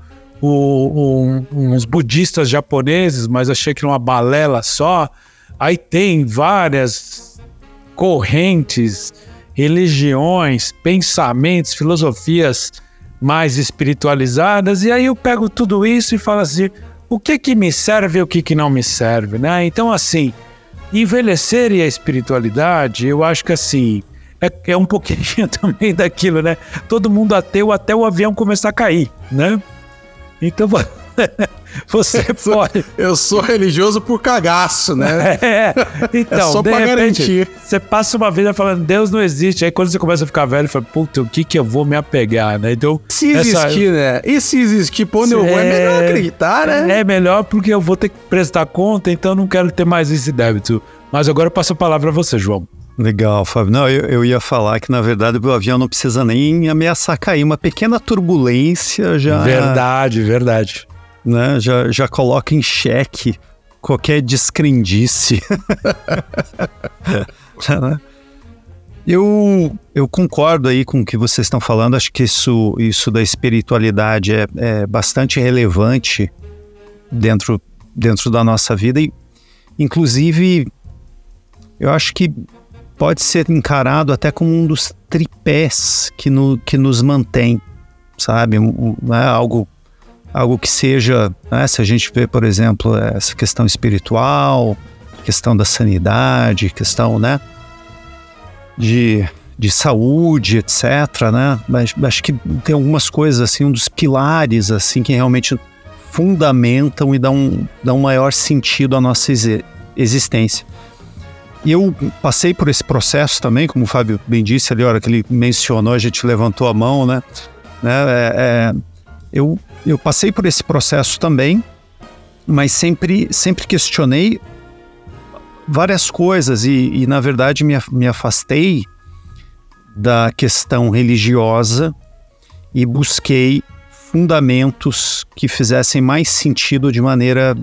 uns budistas japoneses, mas achei que era uma balela só. Aí tem várias correntes, religiões, pensamentos, filosofias mais espiritualizadas, e aí eu pego tudo isso e falo assim, o que me serve e o que não me serve, né? Então, assim, envelhecer e a espiritualidade, eu acho que, assim, é um pouquinho também daquilo, né? Todo mundo ateu até o avião começar a cair, né? Então, você pode... Eu sou religioso por cagaço, né? Então, só pra garantir. Você passa uma vida falando, Deus não existe. Aí quando você começa a ficar velho, fala, puta, o que eu vou me apegar, né? Então, se existir, né? E se existir, pra onde eu vou, é melhor acreditar, né? É melhor porque eu vou ter que prestar conta, então eu não quero ter mais esse débito. Mas agora eu passo a palavra a você, João. Legal, Fábio. Não, eu ia falar que, na verdade, o avião não precisa nem ameaçar cair. Uma pequena turbulência já... Verdade. Né, já coloca em xeque qualquer descrendice. Eu concordo aí com o que vocês estão falando. Acho que isso da espiritualidade é bastante relevante dentro da nossa vida. E, inclusive, eu acho que pode ser encarado até como um dos tripés que nos mantém, sabe? Algo que seja, né, se a gente vê, por exemplo, essa questão espiritual, questão da sanidade, questão, né, de saúde, etc., né, mas acho que tem algumas coisas, assim, um dos pilares, assim, que realmente fundamentam e dão um maior sentido à nossa existência. E eu passei por esse processo também, como o Fábio bem disse ali, a hora que ele mencionou, a gente levantou a mão, né, Eu passei por esse processo também mas sempre questionei várias coisas e na verdade me afastei da questão religiosa e busquei fundamentos que fizessem mais sentido de maneira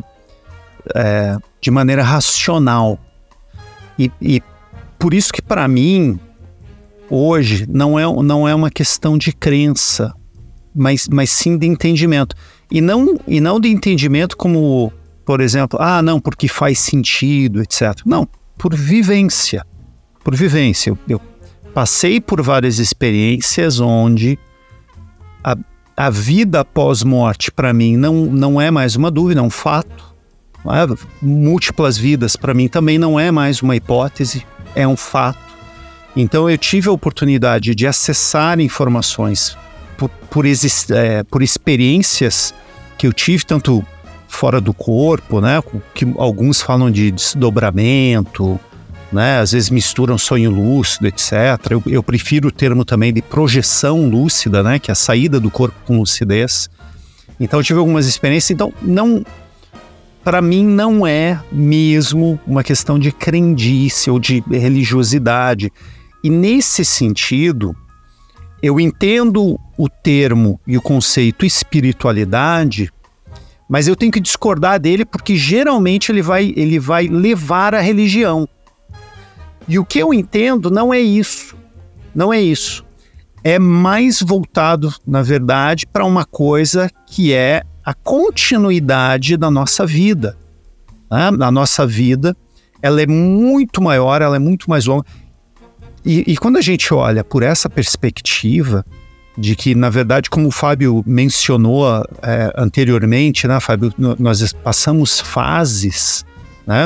racional. E por isso que para mim, hoje, não é uma questão de crença, mas sim de entendimento. E não de entendimento como, por exemplo, não, porque faz sentido, etc. Não, por vivência. Por vivência. Eu passei por várias experiências onde a vida pós-morte, para mim, não é mais uma dúvida, é um fato. Múltiplas vidas, para mim, também não é mais uma hipótese, é um fato. Então, eu tive a oportunidade de acessar informações por experiências que eu tive, tanto fora do corpo, né, que alguns falam de desdobramento, né, às vezes misturam sonho lúcido, etc. Eu prefiro o termo também de projeção lúcida, né, que é a saída do corpo com lucidez. Então eu tive algumas experiências, então para mim não é mesmo uma questão de crendice ou de religiosidade. E nesse sentido, eu entendo o termo e o conceito espiritualidade, mas eu tenho que discordar dele porque geralmente ele vai levar à religião. E o que eu entendo não é isso. Não é isso. É mais voltado, na verdade, para uma coisa que é a continuidade da nossa vida. A nossa vida, ela é muito maior, ela é muito mais longa. E quando a gente olha por essa perspectiva de que, na verdade, como o Fábio mencionou anteriormente, né, Fábio, nós passamos fases, né?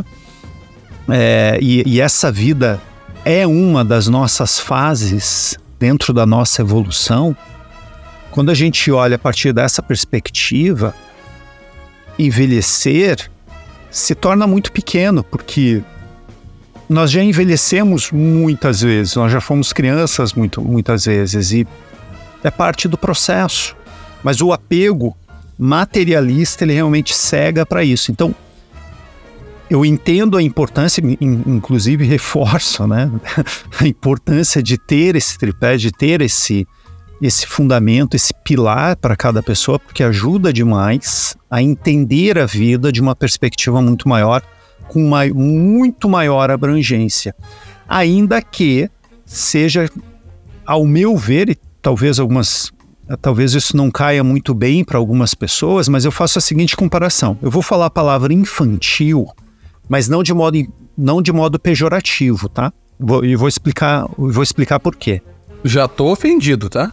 E essa vida é uma das nossas fases dentro da nossa evolução. Quando a gente olha a partir dessa perspectiva, envelhecer se torna muito pequeno, porque nós já envelhecemos muitas vezes, nós já fomos crianças muitas vezes, e é parte do processo. Mas o apego materialista, ele realmente cega para isso. Então, eu entendo a importância, inclusive reforço, né, a importância de ter esse tripé, de ter esse fundamento, esse pilar para cada pessoa, porque ajuda demais a entender a vida de uma perspectiva muito maior, com muito maior abrangência. Ainda que seja, ao meu ver, e talvez isso não caia muito bem para algumas pessoas, mas eu faço a seguinte comparação. Eu vou falar a palavra infantil, mas não de modo pejorativo, tá? E vou explicar por quê. Já tô ofendido, tá?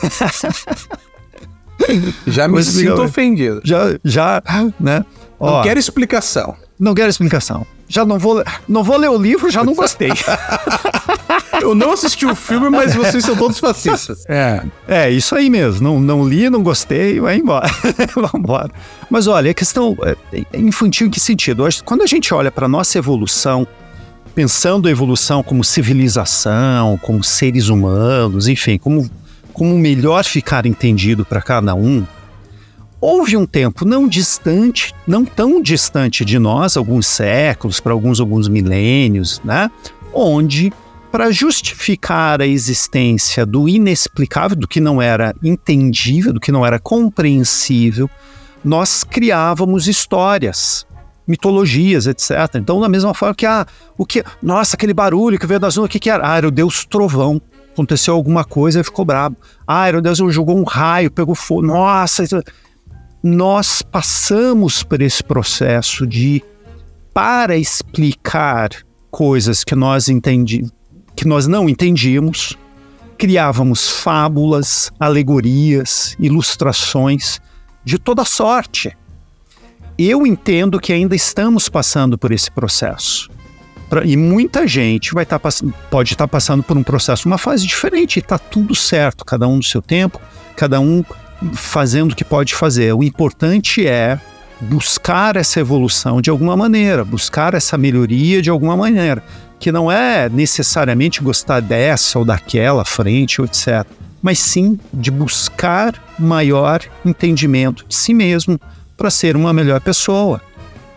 Já me sinto ofendido. Já, né? Não quero explicação. Não quero explicação. Já não vou ler o livro, já não gostei. Eu não assisti o filme, mas vocês são todos fascistas. É isso aí mesmo. Não li, não gostei, vai embora. Vamos embora. Mas olha, a questão é infantil em que sentido? Quando a gente olha para a nossa evolução, pensando a evolução como civilização, como seres humanos, enfim, como melhor ficar entendido para cada um, houve um tempo não tão distante de nós, alguns séculos, para alguns milênios, né, onde, para justificar a existência do inexplicável, do que não era entendível, do que não era compreensível, nós criávamos histórias, mitologias, etc. Então, da mesma forma que, nossa, aquele barulho que veio das nuvens, o que era? Era o Deus Trovão. Aconteceu alguma coisa e ficou brabo. Era o Deus jogou um raio, pegou fogo. Nossa, nós passamos por esse processo para explicar coisas que nós não entendíamos, criávamos fábulas, alegorias, ilustrações de toda sorte. Eu entendo que ainda estamos passando por esse processo. E muita gente pode estar passando por um processo, uma fase diferente, e está tudo certo, cada um no seu tempo, cada um fazendo o que pode fazer. O importante é buscar essa evolução de alguma maneira, buscar essa melhoria de alguma maneira, que não é necessariamente gostar dessa ou daquela frente, etc., mas sim de buscar maior entendimento de si mesmo para ser uma melhor pessoa.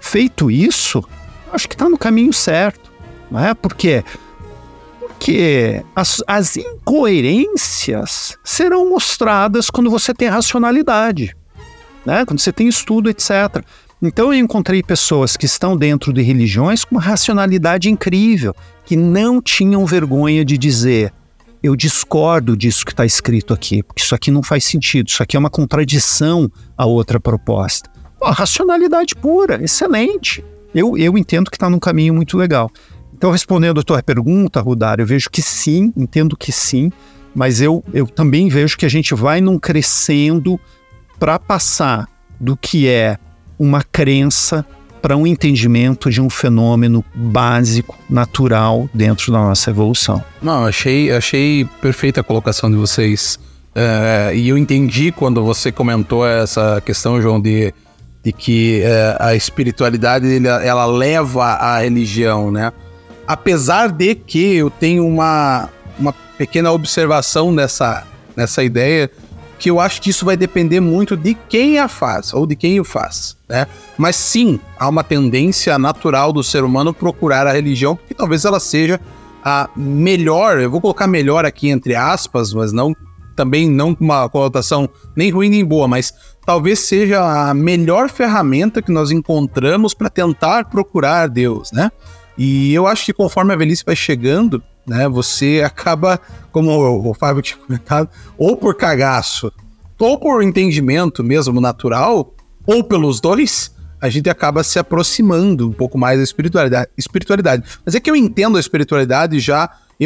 feito isso, acho que está no caminho certo. Não é? Por quê? Porque as incoerências serão mostradas quando você tem racionalidade, né? Quando você tem estudo, etc. Então eu encontrei pessoas que estão dentro de religiões com uma racionalidade incrível, que não tinham vergonha de dizer: eu discordo disso que está escrito aqui, porque isso aqui não faz sentido, isso aqui é uma contradição à outra proposta. Pô, racionalidade pura, excelente. Eu entendo que está num caminho muito legal. Então, respondendo a tua pergunta, Rudar, eu vejo que sim, entendo que sim, mas eu também vejo que a gente vai num crescendo para passar do que é uma crença para um entendimento de um fenômeno básico, natural, dentro da nossa evolução. Não, achei perfeita a colocação de vocês. E eu entendi quando você comentou essa questão, João, de que a espiritualidade ela leva à religião, né? Apesar de que eu tenho uma pequena observação nessa ideia, que eu acho que isso vai depender muito de quem a faz, ou de quem o faz, né? Mas sim, há uma tendência natural do ser humano procurar a religião, porque talvez ela seja a melhor, eu vou colocar melhor aqui entre aspas, mas também não com uma conotação nem ruim nem boa, mas talvez seja a melhor ferramenta que nós encontramos para tentar procurar Deus, né? E eu acho que conforme a velhice vai chegando, né, você acaba, como o Fábio tinha comentado, ou por cagaço, ou por entendimento mesmo natural, ou pelos dois, a gente acaba se aproximando um pouco mais da espiritualidade. Mas é que eu entendo a espiritualidade já,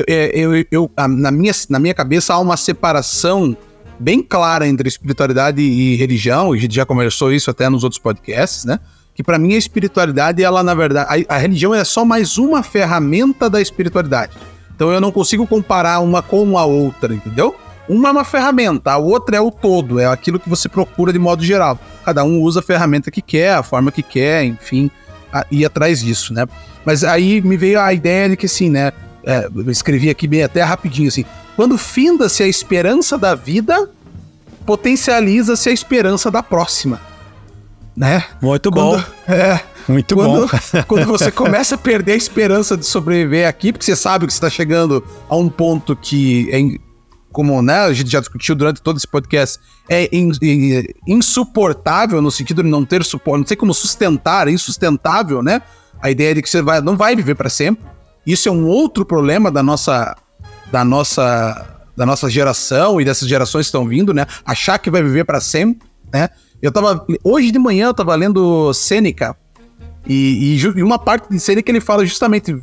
na minha cabeça há uma separação bem clara entre espiritualidade e religião, a gente já conversou isso até nos outros podcasts, né? Que para mim a espiritualidade, ela na verdade, a religião é só mais uma ferramenta da espiritualidade. Então eu não consigo comparar uma com a outra, entendeu? Uma é uma ferramenta, a outra é o todo, é aquilo que você procura de modo geral. Cada um usa a ferramenta que quer, a forma que quer, enfim, ir atrás disso, né? Mas aí me veio a ideia de que assim, né? Eu escrevi aqui bem até rapidinho assim: quando finda-se a esperança da vida, potencializa-se a esperança da próxima. Né? Muito bom. Muito bom. Quando você começa a perder a esperança de sobreviver aqui, porque você sabe que você está chegando a um ponto que como, né, a gente já discutiu durante todo esse podcast, é insuportável no sentido de não ter suporte, não sei como sustentar, é insustentável, né? A ideia de que você não vai viver para sempre. Isso é um outro problema da nossa geração e dessas gerações que estão vindo, né? Achar que vai viver para sempre, né? Hoje de manhã eu tava lendo Sêneca, e uma parte de Sêneca ele fala justamente: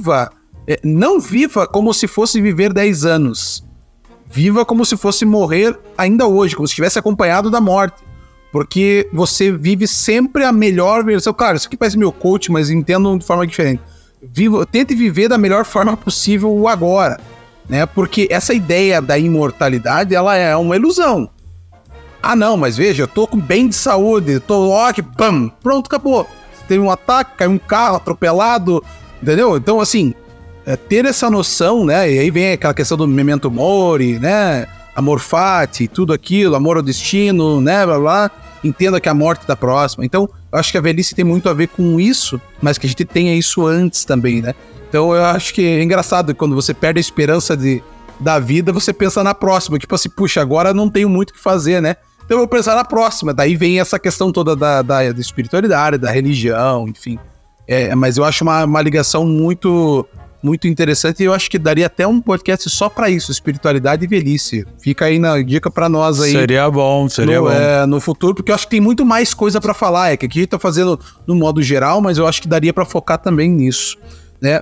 não viva como se fosse viver 10 anos. Viva como se fosse morrer ainda hoje, como se estivesse acompanhado da morte. Porque você vive sempre a melhor versão. Claro, isso aqui parece meu coach, mas entendo de forma diferente. Tente viver da melhor forma possível o agora, né? Porque essa ideia da imortalidade, ela é uma ilusão. Ah, não, mas veja, eu tô com bem de saúde, tô ótimo, pam, pronto, acabou. Teve um ataque, caiu um carro atropelado, entendeu? Então, assim, ter essa noção, né? E aí vem aquela questão do memento mori, né? Amor fati, tudo aquilo, amor ao destino, né? Blá, blá. Entenda que a morte tá próxima. Então, eu acho que a velhice tem muito a ver com isso, mas que a gente tenha isso antes também, né? Então, eu acho que é engraçado quando você perde a esperança da vida, você pensa na próxima. Tipo assim, puxa, agora não tenho muito o que fazer, né? Então eu vou pensar na próxima. Daí vem essa questão toda da espiritualidade, da religião, enfim. Mas eu acho uma ligação muito, muito interessante, e eu acho que daria até um podcast só pra isso, espiritualidade e velhice. Fica aí na dica pra nós aí. Seria bom. No futuro, porque eu acho que tem muito mais coisa pra falar. Que aqui a gente tá fazendo no modo geral, mas eu acho que daria pra focar também nisso, né?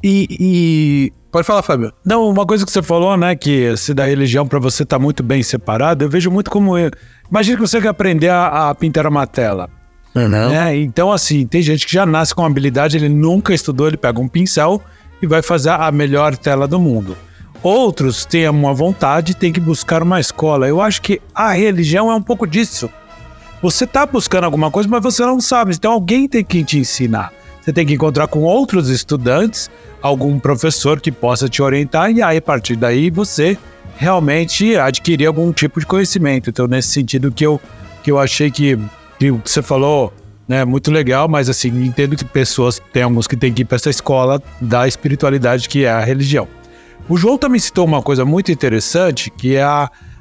Pode falar, Fábio. Não, uma coisa que você falou, né, que se da religião pra você tá muito bem separado, eu vejo muito como... Imagina que você quer aprender a pintar uma tela. Né? Então, assim, tem gente que já nasce com habilidade, ele nunca estudou, ele pega um pincel e vai fazer a melhor tela do mundo. Outros têm uma vontade, tem que buscar uma escola. Eu acho que a religião é um pouco disso. Você tá buscando alguma coisa, mas você não sabe, então alguém tem que te ensinar. Você tem que encontrar com outros estudantes, algum professor que possa te orientar, e aí, a partir daí, você realmente adquirir algum tipo de conhecimento. Então, nesse sentido que eu achei que você falou, né? Muito legal, mas assim, entendo que tem alguns que têm que ir para essa escola da espiritualidade que é a religião. O João também citou uma coisa muito interessante, que é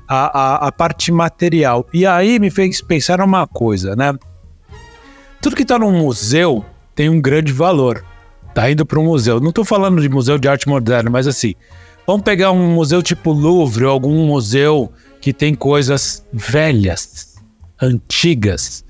a parte material. E aí me fez pensar numa coisa, né? Tudo que está num museu tem um grande valor. Tá indo para um museu. Não estou falando de museu de arte moderna, mas assim, vamos pegar um museu tipo Louvre, ou algum museu que tem coisas velhas, antigas,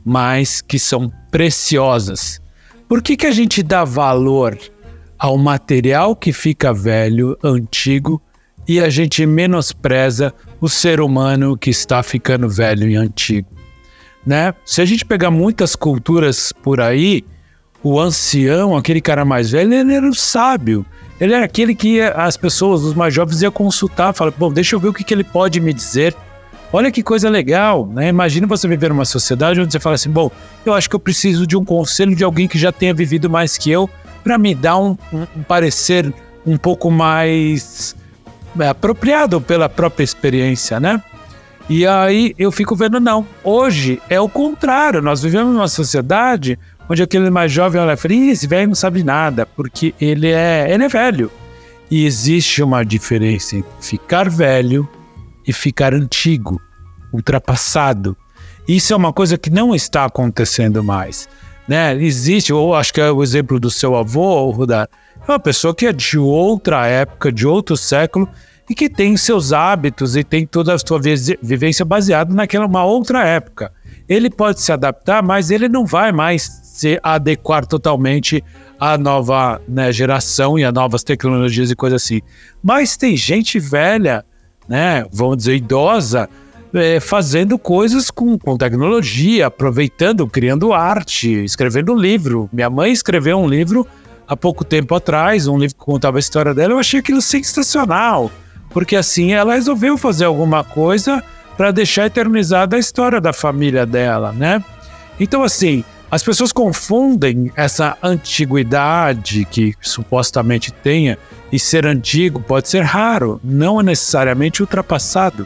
mas que são preciosas. Por que a gente dá valor ao material que fica velho, antigo, e a gente menospreza o ser humano que está ficando velho e antigo, né? Se a gente pegar muitas culturas por aí, o ancião, aquele cara mais velho, ele era o sábio. Ele era aquele que as pessoas, os mais jovens, iam consultar, falar, bom, deixa eu ver o que ele pode me dizer. Olha que coisa legal, né? Imagina você viver numa sociedade onde você fala assim, bom, eu acho que eu preciso de um conselho de alguém que já tenha vivido mais que eu para me dar um parecer um pouco mais apropriado pela própria experiência, né? E aí eu fico vendo, não, hoje é o contrário, nós vivemos numa sociedade onde aquele mais jovem olha e fala, esse velho não sabe nada, porque ele é velho. E existe uma diferença entre ficar velho e ficar antigo, ultrapassado. Isso é uma coisa que não está acontecendo mais, né? Existe, ou acho que é o exemplo do seu avô, Rudar, é uma pessoa que é de outra época, de outro século, e que tem seus hábitos e tem toda a sua vivência baseada naquela uma outra época. Ele pode se adaptar, mas ele não vai mais se adequar totalmente à nova, né, geração e a novas tecnologias e coisas assim. Mas tem gente velha, né, vamos dizer idosa, fazendo coisas com tecnologia, aproveitando, criando arte, escrevendo livro. Minha mãe escreveu um livro há pouco tempo atrás, um livro que contava a história dela, eu achei aquilo sensacional, porque assim ela resolveu fazer alguma coisa para deixar eternizada a história da família dela, né? Então assim, as pessoas confundem essa antiguidade que supostamente tenha, e ser antigo pode ser raro, não é necessariamente ultrapassado,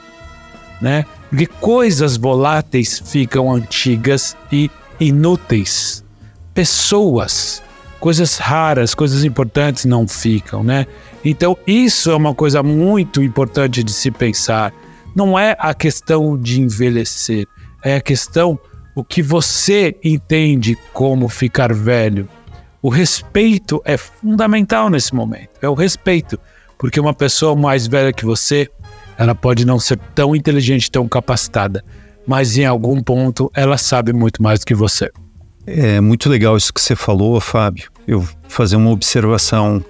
né? Porque coisas voláteis ficam antigas e inúteis. Pessoas, coisas raras, coisas importantes não ficam, né? Então isso é uma coisa muito importante de se pensar. Não é a questão de envelhecer, é a questão o que você entende como ficar velho. O respeito é fundamental nesse momento, é o respeito, porque uma pessoa mais velha que você, ela pode não ser tão inteligente, tão capacitada, mas em algum ponto ela sabe muito mais do que você. É muito legal isso que você falou, Fábio. Eu vou fazer uma observação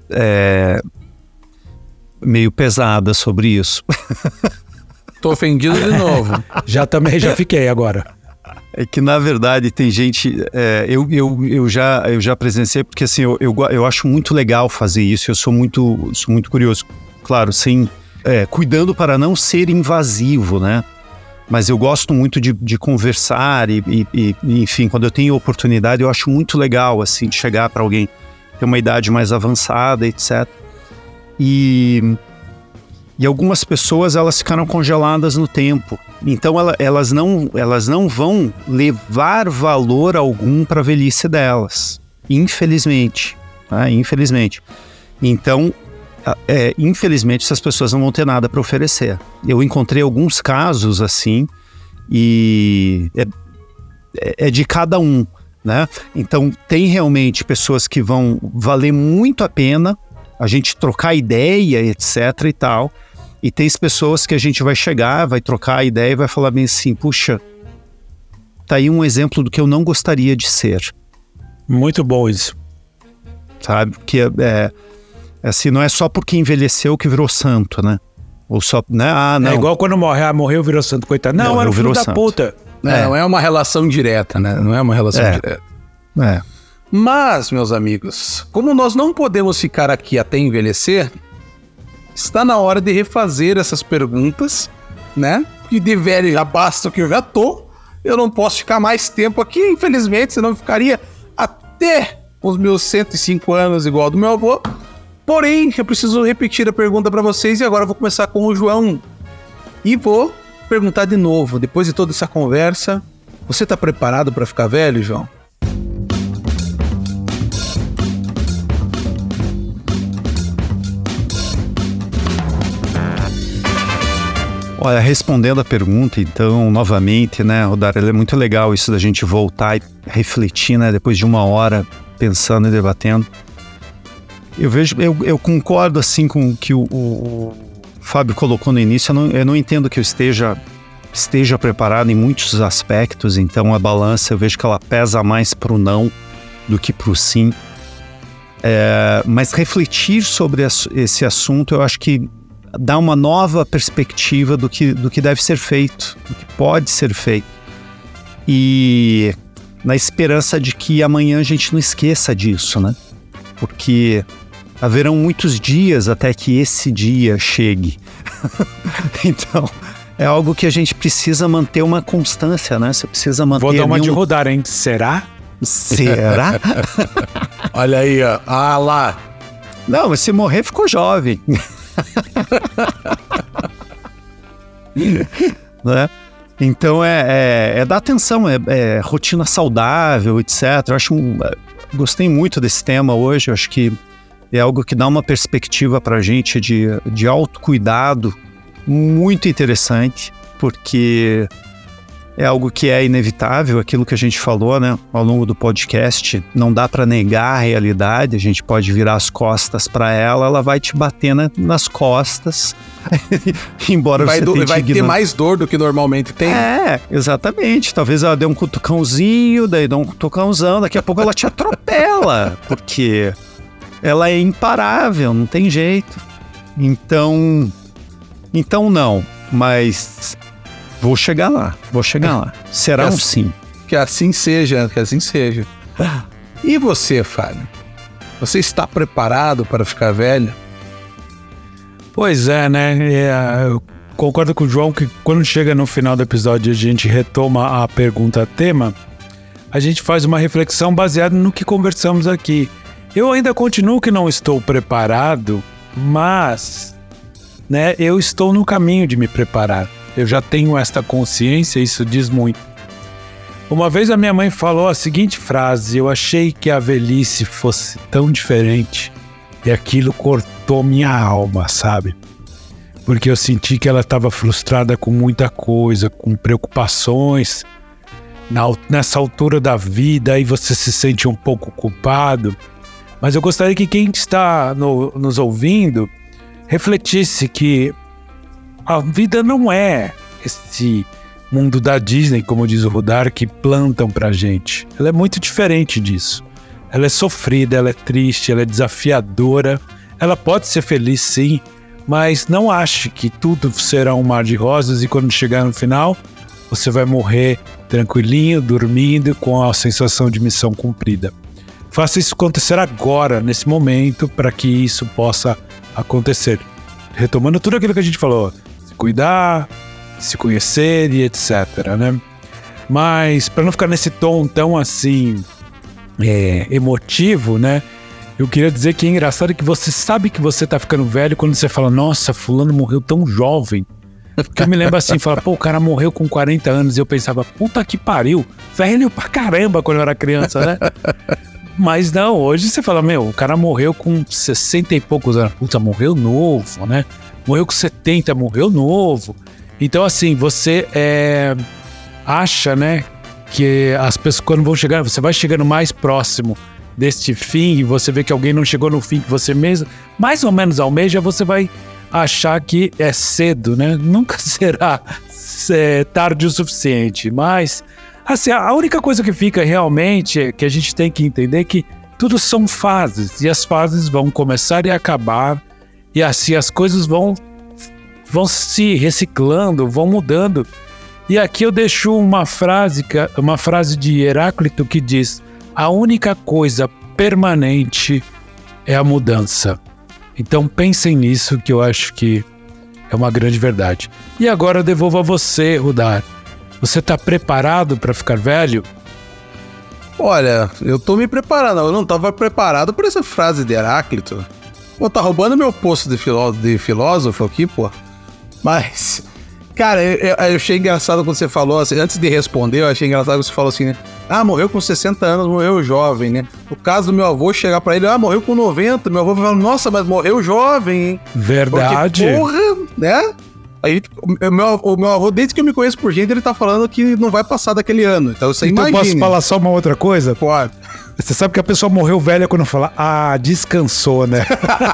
meio pesada sobre isso. Tô ofendido de novo. Já fiquei agora. É que na verdade tem gente, eu já presenciei, porque assim, eu acho muito legal fazer isso, eu sou muito curioso, claro, sem, cuidando para não ser invasivo, né? Mas eu gosto muito de conversar e enfim, quando eu tenho oportunidade, eu acho muito legal, assim, de chegar para alguém que tem uma idade mais avançada, etc. E algumas pessoas, elas ficaram congeladas no tempo. Então, elas não vão levar valor algum para a velhice delas. Infelizmente. Tá? Infelizmente. Então, infelizmente, essas pessoas não vão ter nada para oferecer. Eu encontrei alguns casos assim, e é de cada um, né? Então, tem realmente pessoas que vão valer muito a pena a gente trocar ideia, etc e tal. E tem pessoas que a gente vai chegar, vai trocar a ideia e vai falar bem assim, puxa, tá aí um exemplo do que eu não gostaria de ser. Muito bom isso. Sabe? Que assim, não é só porque envelheceu que virou santo, né? Ou só, né? Ah, não. É igual quando morreu, virou santo, coitado. Não, era o filho da puta. Não é uma relação direta, né? Não é uma relação direta. Mas, meus amigos, como nós não podemos ficar aqui até envelhecer, está na hora de refazer essas perguntas, né? Porque de velho já basta o que eu já tô. Eu não posso ficar mais tempo aqui, infelizmente, senão eu ficaria até os meus 105 anos igual ao do meu avô. Porém, eu preciso repetir a pergunta para vocês e agora eu vou começar com o João. E vou perguntar de novo, depois de toda essa conversa, Você tá preparado para ficar velho, João? Olha, respondendo a pergunta, então, novamente, né, Rodar, é muito legal isso da gente voltar e refletir, né, depois de uma hora pensando e debatendo. Eu concordo, assim, com o que o Fábio colocou no início. Eu não entendo que eu esteja preparado em muitos aspectos, então a balança, eu vejo que ela pesa mais pro não do que pro sim. Mas refletir sobre esse assunto, eu acho que dá uma nova perspectiva do que deve ser feito, do que pode ser feito. E na esperança de que amanhã a gente não esqueça disso, né? Porque haverão muitos dias até que esse dia chegue. Então, é algo que a gente precisa manter uma constância, né? Você precisa manter... Vou dar uma de Rodar, hein? Será? Será? Olha aí, ó. Ah lá. Não, mas se morrer, ficou jovem. Né? Então é dar atenção, é rotina saudável, etc. Gostei muito desse tema hoje. Eu acho que é algo que dá uma perspectiva pra gente de autocuidado muito interessante, porque é algo que é inevitável, aquilo que a gente falou, né, ao longo do podcast. Não dá para negar a realidade, a gente pode virar as costas para ela vai te bater nas costas, embora você vai ter mais dor do que normalmente tem. Exatamente. Talvez ela dê um cutucãozinho, daí dá um cutucãozão, daqui a pouco ela te atropela, porque ela é imparável, não tem jeito. Então não, mas... Vou chegar lá. Será um sim. Que assim seja. E você, Fábio? Você está preparado para ficar velho? Pois é, né? Eu concordo com o João que quando chega no final do episódio a gente retoma a pergunta tema, a gente faz uma reflexão baseada no que conversamos aqui. Eu ainda continuo que não estou preparado, mas, né, eu estou no caminho de me preparar. Eu já tenho esta consciência, isso diz muito. Uma vez a minha mãe falou a seguinte frase: eu achei que a velhice fosse tão diferente e aquilo cortou minha alma, sabe? Porque eu senti que ela estava frustrada com muita coisa, com preocupações. Nessa altura da vida, aí você se sente um pouco culpado. Mas eu gostaria que quem está nos ouvindo refletisse que a vida não é esse mundo da Disney, como diz o Rodar, que plantam pra gente. Ela é muito diferente disso. Ela é sofrida, ela é triste, ela é desafiadora. Ela pode ser feliz, sim, mas não ache que tudo será um mar de rosas e quando chegar no final, você vai morrer tranquilinho, dormindo, com a sensação de missão cumprida. Faça isso acontecer agora, nesse momento, para que isso possa acontecer. Retomando tudo aquilo que a gente falou, cuidar, se conhecer e etc, né? Mas para não ficar nesse tom tão assim emotivo, né? Eu queria dizer que é engraçado que você sabe que você tá ficando velho quando você fala, nossa, fulano morreu tão jovem. Porque eu me lembro assim, fala, pô, o cara morreu com 40 anos e eu pensava, puta que pariu, velho pra caramba quando eu era criança, né? Mas não, hoje você fala, meu, o cara morreu com 60 e poucos anos, puta, morreu novo, né? Morreu com 70, morreu novo. Então, assim, você acha, né, que as pessoas, quando vão chegar, você vai chegando mais próximo deste fim e você vê que alguém não chegou no fim que você mesmo, mais ou menos almeja, você vai achar que é cedo, né? Nunca será tarde o suficiente. Mas, assim, a única coisa que fica realmente é que a gente tem que entender que tudo são fases e as fases vão começar e acabar. E assim as coisas vão se reciclando, vão mudando. E aqui eu deixo uma frase de Heráclito que diz: a única coisa permanente é a mudança. Então pensem nisso, que eu acho que é uma grande verdade. E agora eu devolvo a você, Rodar. Você está preparado para ficar velho? Olha, eu tô me preparando. Eu não estava preparado por essa frase de Heráclito. Pô, tá roubando meu posto de filósofo aqui, pô. Mas Cara, eu achei engraçado quando você falou, assim, antes de responder, eu achei engraçado quando você falou assim, né? Ah, morreu com 60 anos, morreu jovem, né? O caso do meu avô chegar pra ele, morreu com 90, meu avô falou, nossa, mas morreu jovem, hein? Verdade. Porque, porra, né? Aí, o meu avô, desde que eu me conheço por gente, ele tá falando que não vai passar daquele ano. Então você imagina. Posso falar só uma outra coisa? Pode. Você sabe que a pessoa morreu velha quando fala, descansou, né?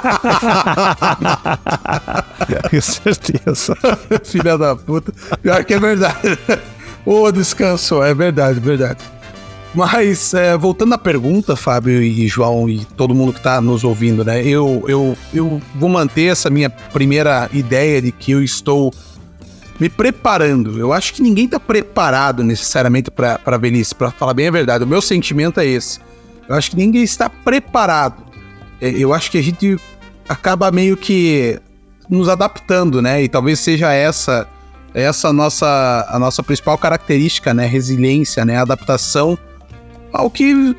Com certeza. Filha da puta. Pior que é verdade. Descansou. É verdade, verdade. Mas, voltando à pergunta, Fábio e João e todo mundo que tá nos ouvindo, né? Eu vou manter essa minha primeira ideia de que eu estou me preparando. Eu acho que ninguém tá preparado necessariamente pra velhice, pra falar bem a verdade. O meu sentimento é esse. Eu acho que ninguém está preparado. Eu acho que a gente acaba meio que nos adaptando, né? E talvez seja essa a nossa principal característica, né? Resiliência, né? Adaptação ao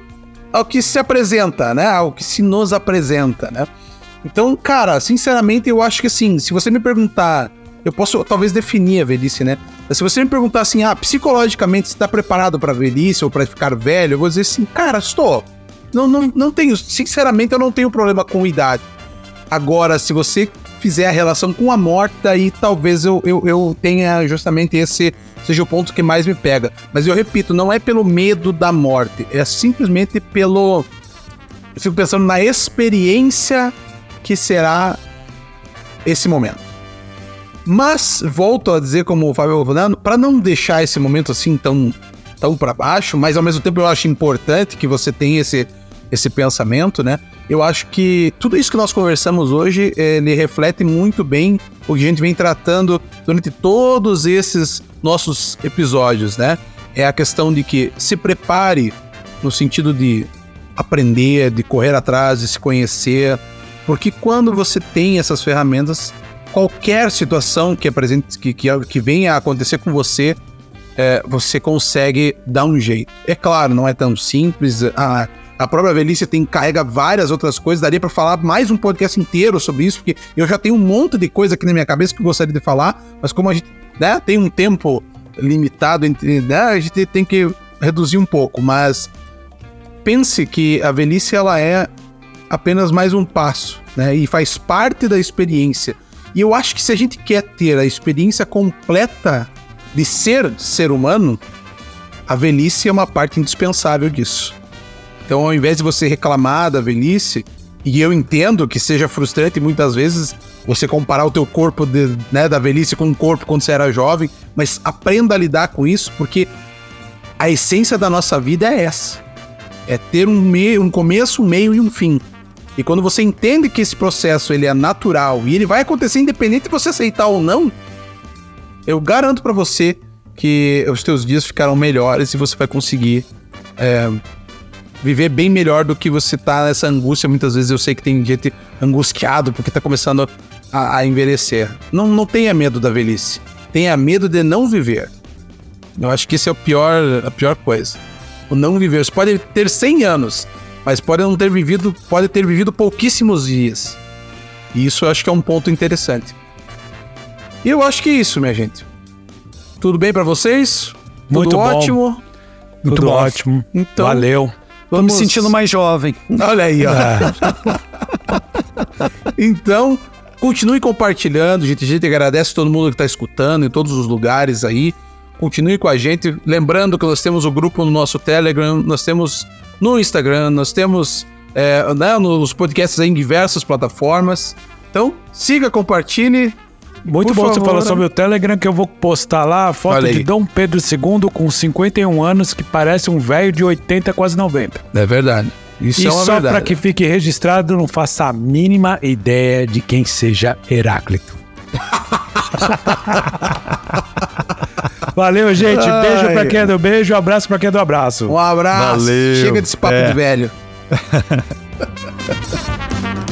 que se apresenta, né? Ao que se nos apresenta, né? Então, cara, sinceramente, eu acho que assim, se você me perguntar, eu posso talvez definir a velhice, né? Se você me perguntar assim, psicologicamente, você tá preparado pra velhice ou pra ficar velho, eu vou dizer assim, cara, estou. Não tenho, sinceramente, eu não tenho problema com idade. Agora, se você fizer a relação com a morte, aí talvez eu tenha justamente esse seja o ponto que mais me pega. Mas eu repito, não é pelo medo da morte, é simplesmente eu fico pensando na experiência que será esse momento. Mas, volto a dizer, como o Fábio falando, para não deixar esse momento assim tão para baixo, mas ao mesmo tempo eu acho importante que você tenha esse pensamento, né? Eu acho que tudo isso que nós conversamos hoje, ele reflete muito bem o que a gente vem tratando durante todos esses nossos episódios, né? É a questão de que se prepare no sentido de aprender, de correr atrás, de se conhecer, porque quando você tem essas ferramentas, qualquer situação que venha a acontecer com você, você consegue dar um jeito. É claro, não é tão simples. A própria velhice carrega várias outras coisas. Daria para falar mais um podcast inteiro sobre isso, porque eu já tenho um monte de coisa aqui na minha cabeça que eu gostaria de falar, mas como a gente, né, tem um tempo limitado, a gente tem que reduzir um pouco. Mas pense que a velhice ela é apenas mais um passo, né, e faz parte da experiência. E eu acho que se a gente quer ter a experiência completa de ser humano, a velhice é uma parte indispensável disso. Então, ao invés de você reclamar da velhice, e eu entendo que seja frustrante muitas vezes você comparar o teu corpo da velhice com o corpo quando você era jovem, mas aprenda a lidar com isso, porque a essência da nossa vida é essa. É ter um começo, um meio e um fim. E quando você entende que esse processo ele é natural e ele vai acontecer independente de você aceitar ou não, eu garanto pra você que os teus dias ficarão melhores e você vai conseguir viver bem melhor do que você tá nessa angústia. Muitas vezes eu sei que tem gente angustiado porque tá começando a envelhecer. Não tenha medo da velhice. Tenha medo de não viver. Eu acho que esse é a pior coisa. O não viver. Você pode ter 100 anos, mas pode ter vivido pouquíssimos dias. E isso eu acho que é um ponto interessante. E eu acho que é isso, minha gente. Tudo bem pra vocês? Muito Tudo bom. Ótimo? Tudo ótimo. Então, valeu. Tô me sentindo mais jovem. Olha aí, ó. Então, continue compartilhando, gente. A gente agradece todo mundo que tá escutando em todos os lugares aí. Continue com a gente. Lembrando que nós temos o grupo no nosso Telegram, nós temos no Instagram, nós temos nos podcasts aí em diversas plataformas. Então, siga, compartilhe. Muito bom você falar sobre o Telegram, que eu vou postar lá a foto de Dom Pedro II com 51 anos, que parece um velho de 80, quase 90. É verdade. Isso é uma só verdade. para que fique registrado, não faça a mínima ideia de quem seja Heráclito. Valeu, gente. Beijo pra quem é do beijo, abraço pra quem é do abraço. Um abraço. Valeu. Chega desse papo de velho.